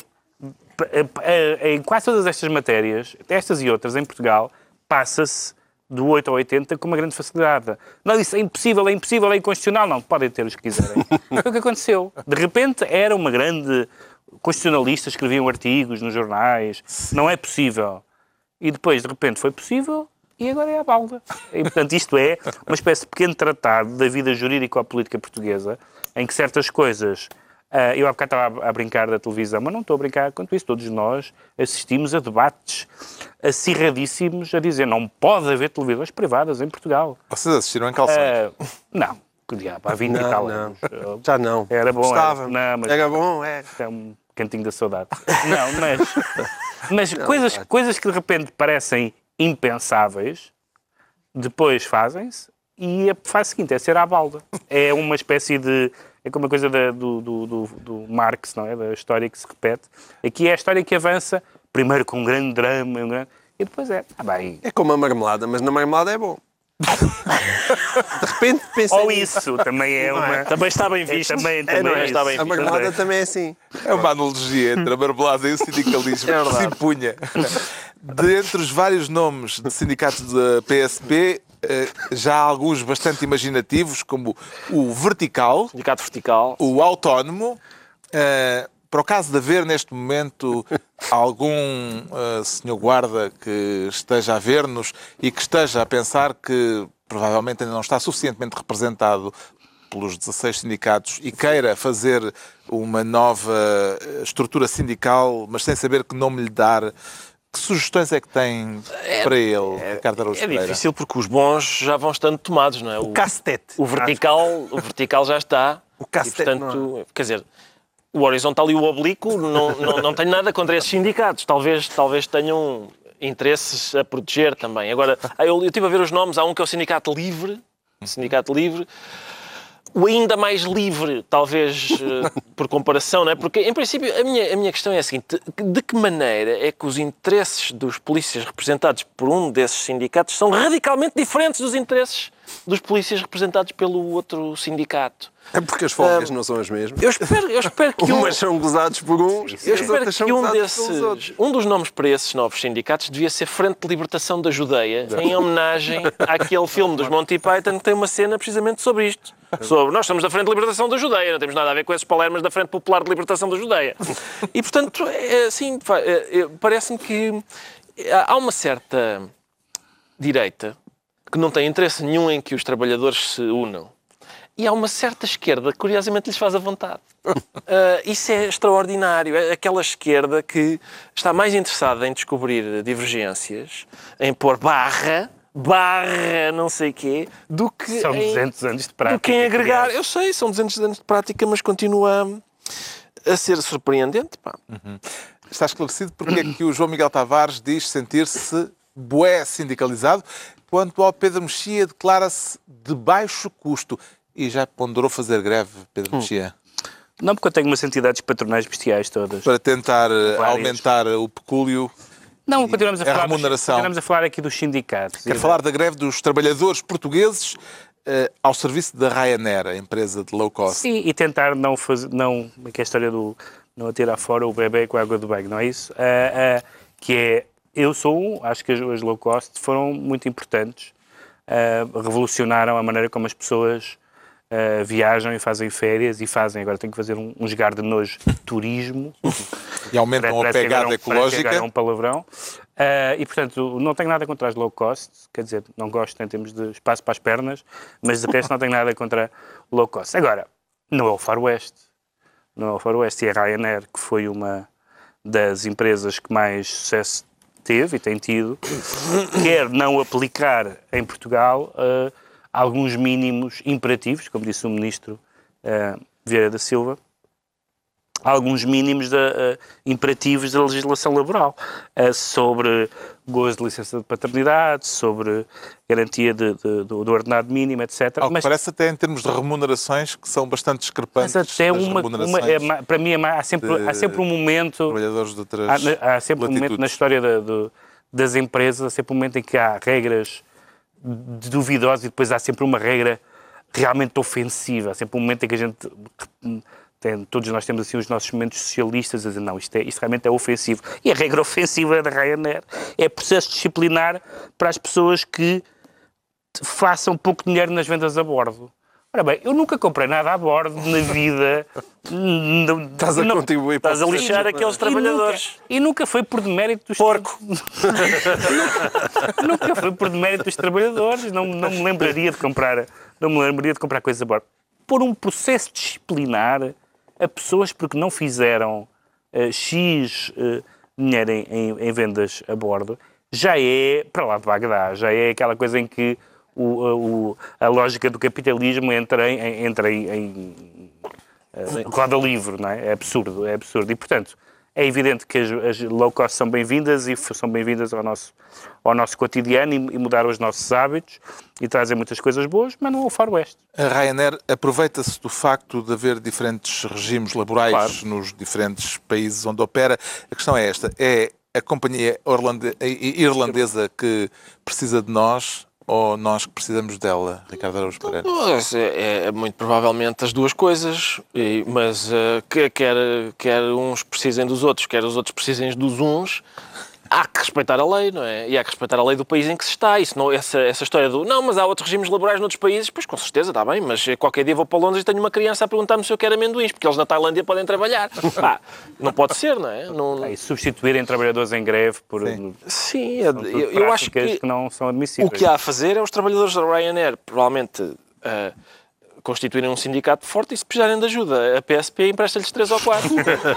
Em quase todas estas matérias, estas e outras em Portugal, passa-se do 8 ao 80 com uma grande facilidade. Não, isso é impossível, é inconstitucional. Não, podem ter os que quiserem. Foi o que aconteceu. De repente era uma grande constitucionalista, escreviam artigos nos jornais, não é possível. E depois, de repente, foi possível e agora é a balda. E, portanto, isto é uma espécie de pequeno tratado da vida jurídico-política portuguesa, em que certas coisas... eu há bocado estava a brincar da televisão, mas não estou a brincar quanto isso. Todos nós assistimos a debates acirradíssimos a dizer não pode haver televisões privadas em Portugal. Vocês assistiram em calções? Não, que diabo, há 20 e tal anos. Já não. Era bom. Gostava. Era bom, é um cantinho da saudade. Não, mas coisas que de repente parecem impensáveis, depois fazem-se e a fase seguinte é ser à balda. É uma espécie de... É como a coisa do Marx, não é? Da história que se repete. Aqui é a história que avança, primeiro com um grande drama, E depois bem. É como a marmelada, mas na marmelada é bom. De repente pensei... Ou isso, também é uma... Também está bem visto. Também não é? está bem A visto. marmelada também é assim. É uma analogia entre a marmelada e o sindicalismo que se impunha. De entre os vários nomes de sindicatos da PSP, já há alguns bastante imaginativos, como o Vertical, Sindicato Vertical. o Autónomo. Para o caso de haver neste momento algum senhor guarda que esteja a ver-nos e que esteja a pensar que provavelmente ainda não está suficientemente representado pelos 16 sindicatos e queira fazer uma nova estrutura sindical, mas sem saber que nome lhe dar, que sugestões é que tem para ele, Ricardo Araújo Pereira? É difícil porque os bons já vão estando tomados, não é? O cacetete. O vertical já está. O cacetete, E, portanto, quer dizer, o horizontal e o oblíquo não tenho nada contra esses sindicatos. Talvez tenham interesses a proteger também. Agora, eu estive a ver os nomes. Há um que é o Sindicato Livre. O ainda mais livre, talvez, por comparação, não é? Porque, em princípio, a minha questão é a seguinte. De que maneira é que os interesses dos polícias representados por um desses sindicatos são radicalmente diferentes dos interesses dos polícias representados pelo outro sindicato? É porque as folgas não são as mesmas. Eu espero que Umas são gozados por uns e eu as espero outras são que gozadas pelos outros. um dos nomes para esses novos sindicatos devia ser Frente de Libertação da Judeia, em homenagem àquele filme dos Monty Python que tem uma cena precisamente sobre isto. Nós somos da Frente de Libertação da Judeia, não temos nada a ver com esses palermas da Frente Popular de Libertação da Judeia. E, portanto, parece-me que há uma certa direita que não tem interesse nenhum em que os trabalhadores se unam. E há uma certa esquerda que, curiosamente, lhes faz a vontade. Isso é extraordinário. É aquela esquerda que está mais interessada em descobrir divergências, em pôr barra, não sei quê, do que São 200 anos de prática. do que em agregar. Eu sei, são 200 anos de prática, mas continua a ser surpreendente. Pá. Está esclarecido porque é que o João Miguel Tavares diz sentir-se bué sindicalizado, quanto ao Pedro Mexia declara-se de baixo custo. E já ponderou fazer greve, Pedro Mexia? Não, porque eu tenho umas entidades patronais bestiais todas. Para tentar aumentar o pecúlio. Não, continuamos a remuneração. Continuamos a falar aqui dos sindicatos. Quero falar da greve dos trabalhadores portugueses ao serviço da Ryanair, a empresa de low cost. Sim, e tentar não fazer... que é a história do não atirar fora o bebê com a água do banho, não é isso? Que é... acho que as low cost foram muito importantes. Revolucionaram a maneira como as pessoas viajam e fazem férias e agora tenho que fazer um jogar de nojo turismo. E aumentam a pegada ecológica. É um palavrão. E, portanto, não tenho nada contra as low cost, quer dizer, não gosto em termos de espaço para as pernas, mas de resto não tenho nada contra o low cost. Agora, não é o Far West. Não é o Far West. E a Ryanair, que foi uma das empresas que mais sucesso teve e tem tido, quer não aplicar em Portugal alguns mínimos imperativos, como disse o Ministro Vieira da Silva, alguns mínimos imperativos da legislação laboral sobre gozo de licença de paternidade, sobre garantia do ordenado mínimo, etc. Ao que parece até em termos de remunerações que são bastante discrepantes. Mas até remunerações para mim há sempre um momento... Trabalhadores de outras há sempre um momento na história das empresas, há sempre um momento em que há regras duvidosas e depois há sempre uma regra realmente ofensiva. Há sempre um momento em que a gente... todos nós temos assim os nossos momentos socialistas a dizer não, isto realmente é ofensivo. E a regra ofensiva da Ryanair é processo disciplinar para as pessoas que façam pouco dinheiro nas vendas a bordo. Ora bem, eu nunca comprei nada a bordo na vida. Estás a contribuir para Estás a lixar aqueles trabalhadores. E nunca foi por demérito dos... Porco! Nunca foi por demérito dos trabalhadores. Não me lembraria de comprar coisas a bordo. Por um processo disciplinar a pessoas porque não fizeram X dinheiro em vendas a bordo, já é para lá de Bagdá, já é aquela coisa em que a lógica do capitalismo entra em roda livre, não é? É absurdo. E, portanto, é evidente que as low cost são bem-vindas e são bem-vindas ao nosso cotidiano e mudaram os nossos hábitos e trazem muitas coisas boas, mas não ao Far West. A Ryanair aproveita-se do facto de haver diferentes regimes laborais nos diferentes países onde opera. A questão é esta, é a companhia irlandesa que precisa de nós ou nós que precisamos dela, Ricardo Araújo Pereira? É muito provavelmente as duas coisas, mas quer uns precisem dos outros, quer os outros precisem dos uns. Há que respeitar a lei, não é? E há que respeitar a lei do país em que se está. Isso não, essa história do não, mas há outros regimes laborais noutros países, pois com certeza, está bem, mas qualquer dia vou para Londres e tenho uma criança a perguntar-me se eu quero amendoins, porque eles na Tailândia podem trabalhar. Não pode ser, não é? E substituírem trabalhadores em greve por Sim, eu acho que não são admissíveis. O que há a fazer é os trabalhadores da Ryanair, provavelmente, constituírem um sindicato forte e se precisarem de ajuda, a PSP empresta-lhes 3 ou 4.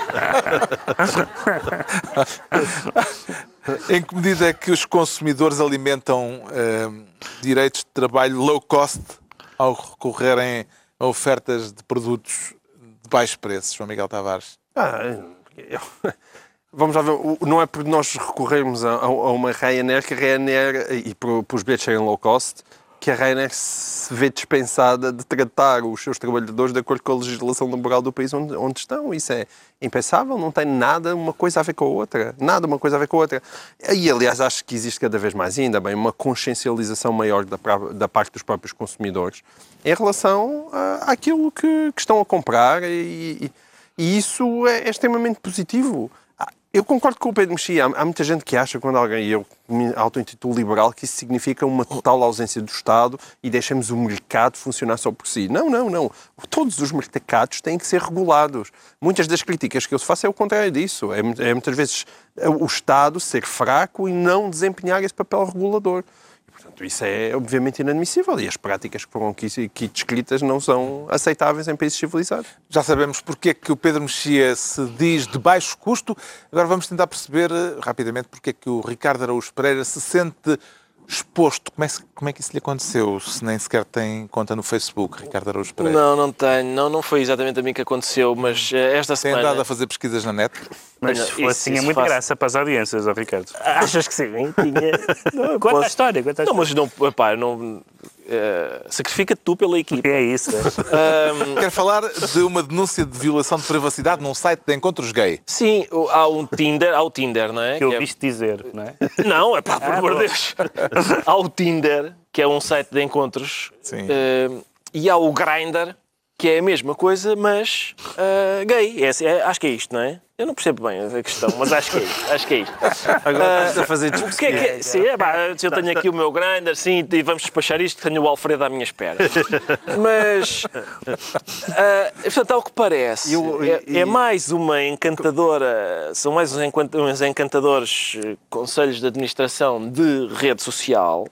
Em que medida é que os consumidores alimentam direitos de trabalho low cost ao recorrerem a ofertas de produtos de baixo preço, João Miguel Tavares? Vamos lá ver, não é por nós recorrermos a uma Ryanair que a Ryanair, e por os bilhetes serem low cost, que a Ryanair se vê dispensada de tratar os seus trabalhadores de acordo com a legislação laboral do país onde estão. Isso é impensável, não tem nada uma coisa a ver com a outra. Nada uma coisa a ver com a outra. E, aliás, acho que existe cada vez mais, ainda bem, uma consciencialização maior da parte dos próprios consumidores em relação àquilo que estão a comprar e isso é extremamente positivo. Eu concordo com o Pedro Mexia. Há muita gente que acha, quando alguém, eu me auto-intitulo liberal, que isso significa uma total ausência do Estado e deixamos o mercado funcionar só por si. Não. Todos os mercados têm que ser regulados. Muitas das críticas que eu faço é o contrário disso. É muitas vezes o Estado ser fraco e não desempenhar esse papel regulador. Portanto, isso é obviamente inadmissível e as práticas que foram aqui descritas não são aceitáveis em países civilizados. Já sabemos porque é que o Pedro Mexia se diz de baixo custo. Agora vamos tentar perceber rapidamente porque é que o Ricardo Araújo Pereira se sente exposto. Como é que isso lhe aconteceu? Se nem sequer tem conta no Facebook, Ricardo Araújo Pereira. Não tenho. Não foi exatamente a mim que aconteceu, mas esta semana... Tem andado a fazer pesquisas na net? Mas tinha muita graça para as audiências, Ricardo. Achas que sim? Tinha. Conta a história. Não, mas não... sacrifica-te tu pela equipe. É isso. Quero falar de uma denúncia de violação de privacidade num site de encontros gay. Sim, há o Tinder, não é? Que ouviste dizer, não é? Não, por amor de Deus. Há o Tinder, que é um site de encontros, e há o Grindr, que é a mesma coisa, mas gay. Acho que é isto, não é? Eu não percebo bem a questão, mas acho que é isto. Agora estás a fazer discussão. Sim, eu tenho aqui o meu Grindr, sim, e vamos despachar isto, tenho o Alfredo à minha espera. Mas, portanto, ao que parece, é mais uma encantadora, são mais uns encantadores conselhos de administração de rede social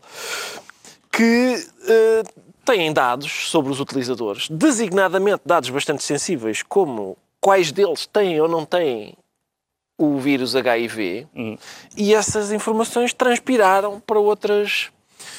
que têm dados sobre os utilizadores, designadamente dados bastante sensíveis, como quais deles têm ou não têm o vírus HIV, e essas informações transpiraram para outras...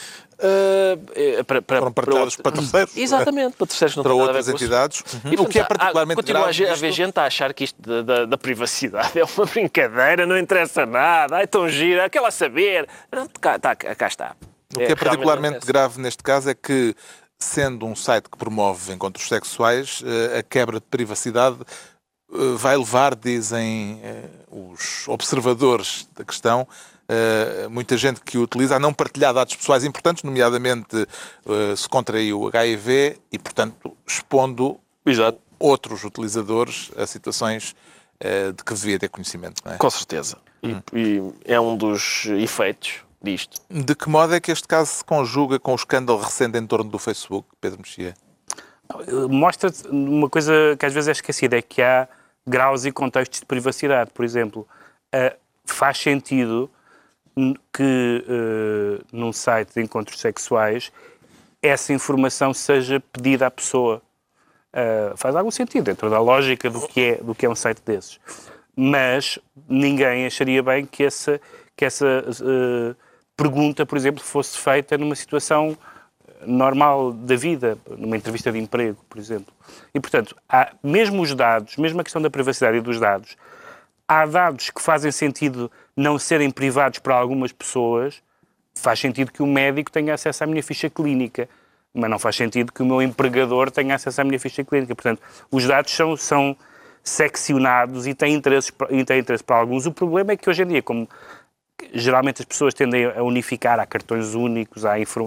Foram partilhadas para terceiros. Exatamente, para terceiros não para tem nada outras a ver com entidades. E, o que é particularmente continua grave. a haver gente a achar que isto da privacidade é uma brincadeira, não interessa nada, ai tão gira, quer lá saber. Cá está. O que é particularmente grave neste caso é que, sendo um site que promove encontros sexuais, a quebra de privacidade vai levar, dizem os observadores da questão, muita gente que o utiliza a não partilhar dados pessoais importantes, nomeadamente se contraiu o HIV e, portanto, expondo outros utilizadores a situações de que devia ter conhecimento. Não é? Com certeza. E é um dos efeitos disto. De que modo é que este caso se conjuga com o escândalo recente em torno do Facebook, Pedro Mexia? Mostra-te uma coisa que às vezes é esquecida, é que há graus e contextos de privacidade. Por exemplo, faz sentido que num site de encontros sexuais essa informação seja pedida à pessoa. Faz algum sentido dentro da lógica do que é um site desses. Mas ninguém acharia bem que essa pergunta, por exemplo, fosse feita numa situação normal da vida, numa entrevista de emprego, por exemplo. E, portanto, mesmo os dados, mesmo a questão da privacidade e dos dados, há dados que fazem sentido não serem privados para algumas pessoas. Faz sentido que o médico tenha acesso à minha ficha clínica, mas não faz sentido que o meu empregador tenha acesso à minha ficha clínica. Portanto, os dados seccionados e têm interesse para alguns. O problema é que hoje em dia, como geralmente as pessoas tendem a unificar, há cartões únicos,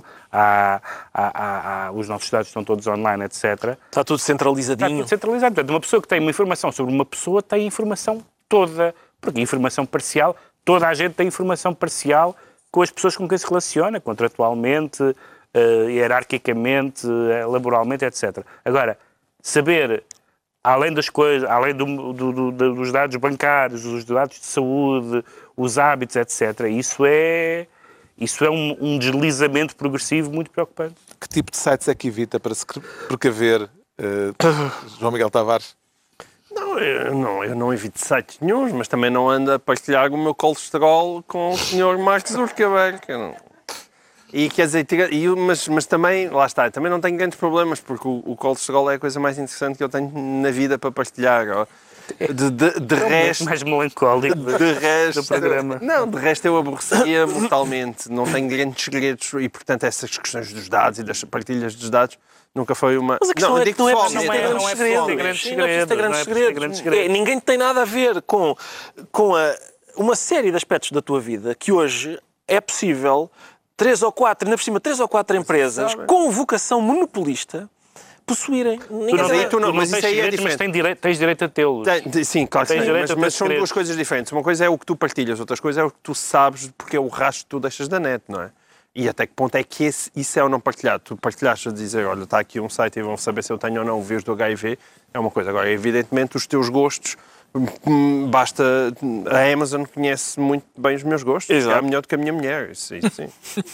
os nossos dados estão todos online, etc. Está tudo centralizadinho. Está tudo centralizado. Portanto, uma pessoa que tem uma informação sobre uma pessoa tem informação toda. Porque informação parcial, toda a gente tem informação parcial com as pessoas com quem se relaciona, contratualmente, hierarquicamente, laboralmente, etc. Agora, saber, além das coisas, além dos dados bancários, dos dados de saúde, os hábitos, etc., isso é um deslizamento progressivo muito preocupante. Que tipo de sites é que evita para se precaver, João Miguel Tavares? Eu não evito sites nenhuns, mas também não ando a partilhar o meu colesterol com o Sr. Mark Zuckerberg. E quer dizer, mas também, lá está, também não tenho grandes problemas, porque o colesterol é a coisa mais interessante que eu tenho na vida para partilhar. De resto, mais melancólico do programa. Não, de resto eu aborrecia mortalmente. Não tenho grandes segredos e, portanto, essas questões dos dados e das partilhas dos dados nunca foi uma... Mas a questão é que não é preciso ter grandes segredos. Ninguém tem nada a ver com uma série de aspectos da tua vida que hoje é possível 3 ou 4 empresas com vocação monopolista possuírem. Mas isso aí é diferente. Mas tens direito a tê-los. Sim, claro que sim, mas são duas coisas diferentes. Uma coisa é o que tu partilhas, outra coisa é o que tu sabes, porque é o rastro que tu deixas da net, não é? E até que ponto é que isso é ou não partilhado? Tu partilhaste a dizer, olha, está aqui um site e vão saber se eu tenho ou não o vírus do HIV, é uma coisa. Agora, evidentemente, os teus gostos, basta... A Amazon conhece muito bem os meus gostos, é melhor do que a minha mulher, isso sim.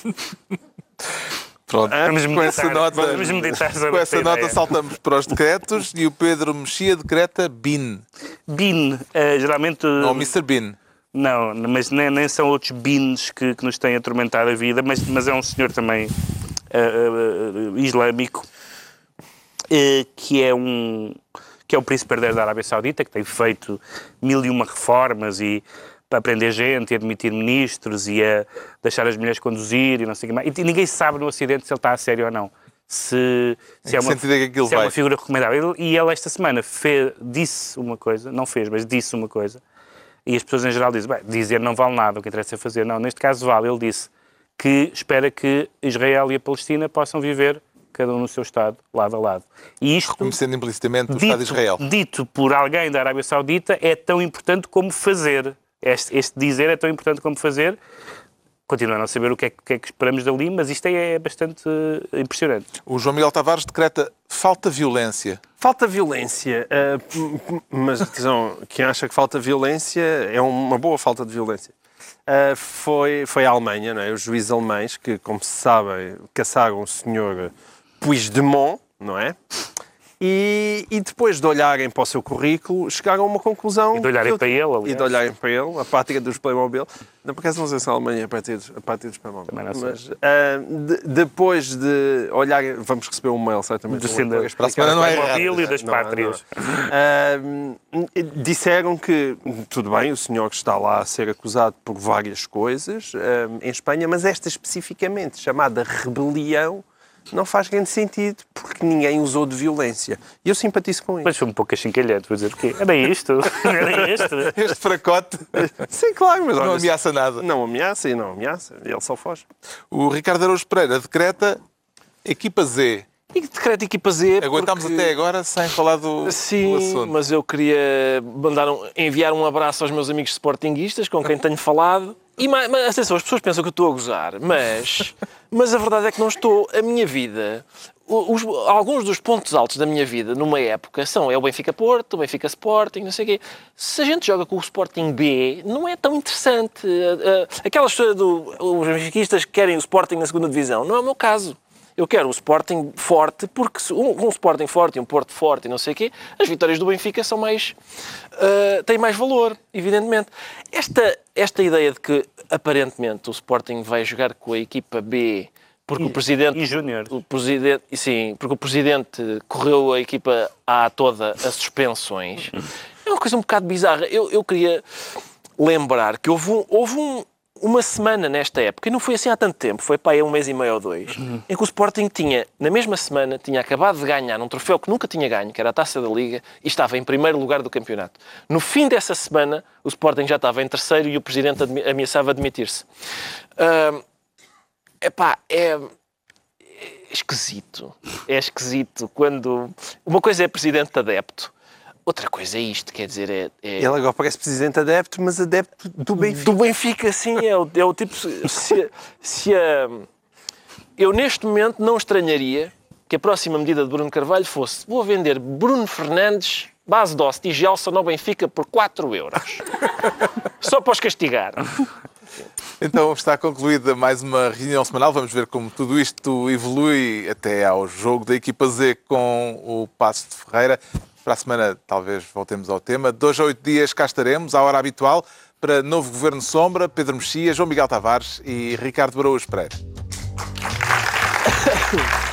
Pronto, vamos meditar com essa nota saltamos para os decretos e o Pedro Mexia decreta BIN. BIN, geralmente... Não, Mr. BIN. Não, mas nem são outros BINs que nos têm atormentado a vida, mas é um senhor também islâmico, que é o príncipe herdeiro da Arábia Saudita, que tem feito 1001 reformas e para aprender gente e admitir ministros e a deixar as mulheres conduzir e não sei o que mais. E ninguém sabe no Ocidente se ele está a sério ou não. Se é uma figura recomendável. E ele esta semana disse uma coisa, não fez, mas disse uma coisa, e as pessoas em geral dizem, dizer não vale nada, o que interessa é fazer. Não, neste caso vale. Ele disse que espera que Israel e a Palestina possam viver cada um no seu Estado, lado a lado. E isto, reconhecendo implicitamente o Estado de Israel. Dito por alguém da Arábia Saudita, é tão importante como fazer. Este dizer é tão importante como fazer. Continuo a não saber o que é que esperamos dali, mas isto é bastante impressionante. O João Miguel Tavares decreta falta violência. Falta violência, mas atenção, quem acha que falta violência é uma boa falta de violência. Foi a Alemanha, não é? Os juízes alemães que, como se sabe, caçaram o senhor Puigdemont, não é? E depois de olharem para o seu currículo, chegaram a uma conclusão... E de olharem para ele, aliás. E de olharem para ele, a pátria dos Playmobil. Não, porque não sei se a Alemanha é a pátria dos Playmobil. Também não sei. Mas depois de olharem... Vamos receber um mail, certamente. Para a semana não é Playmobil e das pátrias. Disseram que, tudo bem, o senhor está lá a ser acusado por várias coisas em Espanha, mas esta especificamente, chamada rebelião, não faz grande sentido, porque ninguém usou de violência. E eu simpatizo com isso. Mas foi um pouco achincalhante, vou dizer o quê? Era isto? Era este? Este fracote Sim, claro, mas não ameaça nada. Não ameaça, ele só foge. O Ricardo Araújo Pereira decreta equipa Z. E decreta equipa Z. Aguentámos até agora sem falar do assunto. Mas eu queria enviar um abraço aos meus amigos sportinguistas com quem tenho falado. Mas atenção, as pessoas pensam que eu estou a gozar, mas a verdade é que não estou. A minha vida, alguns dos pontos altos da minha vida, numa época, é o Benfica-Porto, o Benfica-Sporting, não sei o quê. Se a gente joga com o Sporting B, não é tão interessante. Aquelas pessoas os benfiquistas que querem o Sporting na segunda divisão, não é o meu caso. Eu quero o Sporting forte, porque um Sporting forte e um Porto forte e não sei o quê, as vitórias do Benfica são têm mais valor, evidentemente. Esta ideia de que, aparentemente, o Sporting vai jogar com a equipa B, porque o Presidente... E Júnior. Sim, porque o Presidente correu a equipa A toda a suspensões. É uma coisa um bocado bizarra. Eu queria lembrar que houve uma semana nesta época, e não foi assim há tanto tempo, foi para aí 1 mês e meio ou 2, em que o Sporting tinha, na mesma semana, tinha acabado de ganhar um troféu que nunca tinha ganho, que era a Taça da Liga, e estava em primeiro lugar do campeonato. No fim dessa semana, o Sporting já estava em terceiro e o presidente ameaçava demitir-se. É esquisito. É esquisito quando... Uma coisa é presidente adepto, outra coisa é isto, quer dizer, Ele agora parece presidente adepto, mas adepto do Benfica. Do Benfica, sim, é o tipo... Eu, neste momento, não estranharia que a próxima medida de Bruno Carvalho fosse: vou vender Bruno Fernandes, base doce e Gelson ao Benfica por 4 euros. Só para os castigar. Então está concluída mais uma reunião semanal. Vamos ver como tudo isto evolui até ao jogo da equipa Z com o Passos de Ferreira. Para a semana talvez voltemos ao tema. 2 a 8 dias cá estaremos, à hora habitual, para novo Governo Sombra, Pedro Mexia, João Miguel Tavares e Ricardo Araújo Pereira.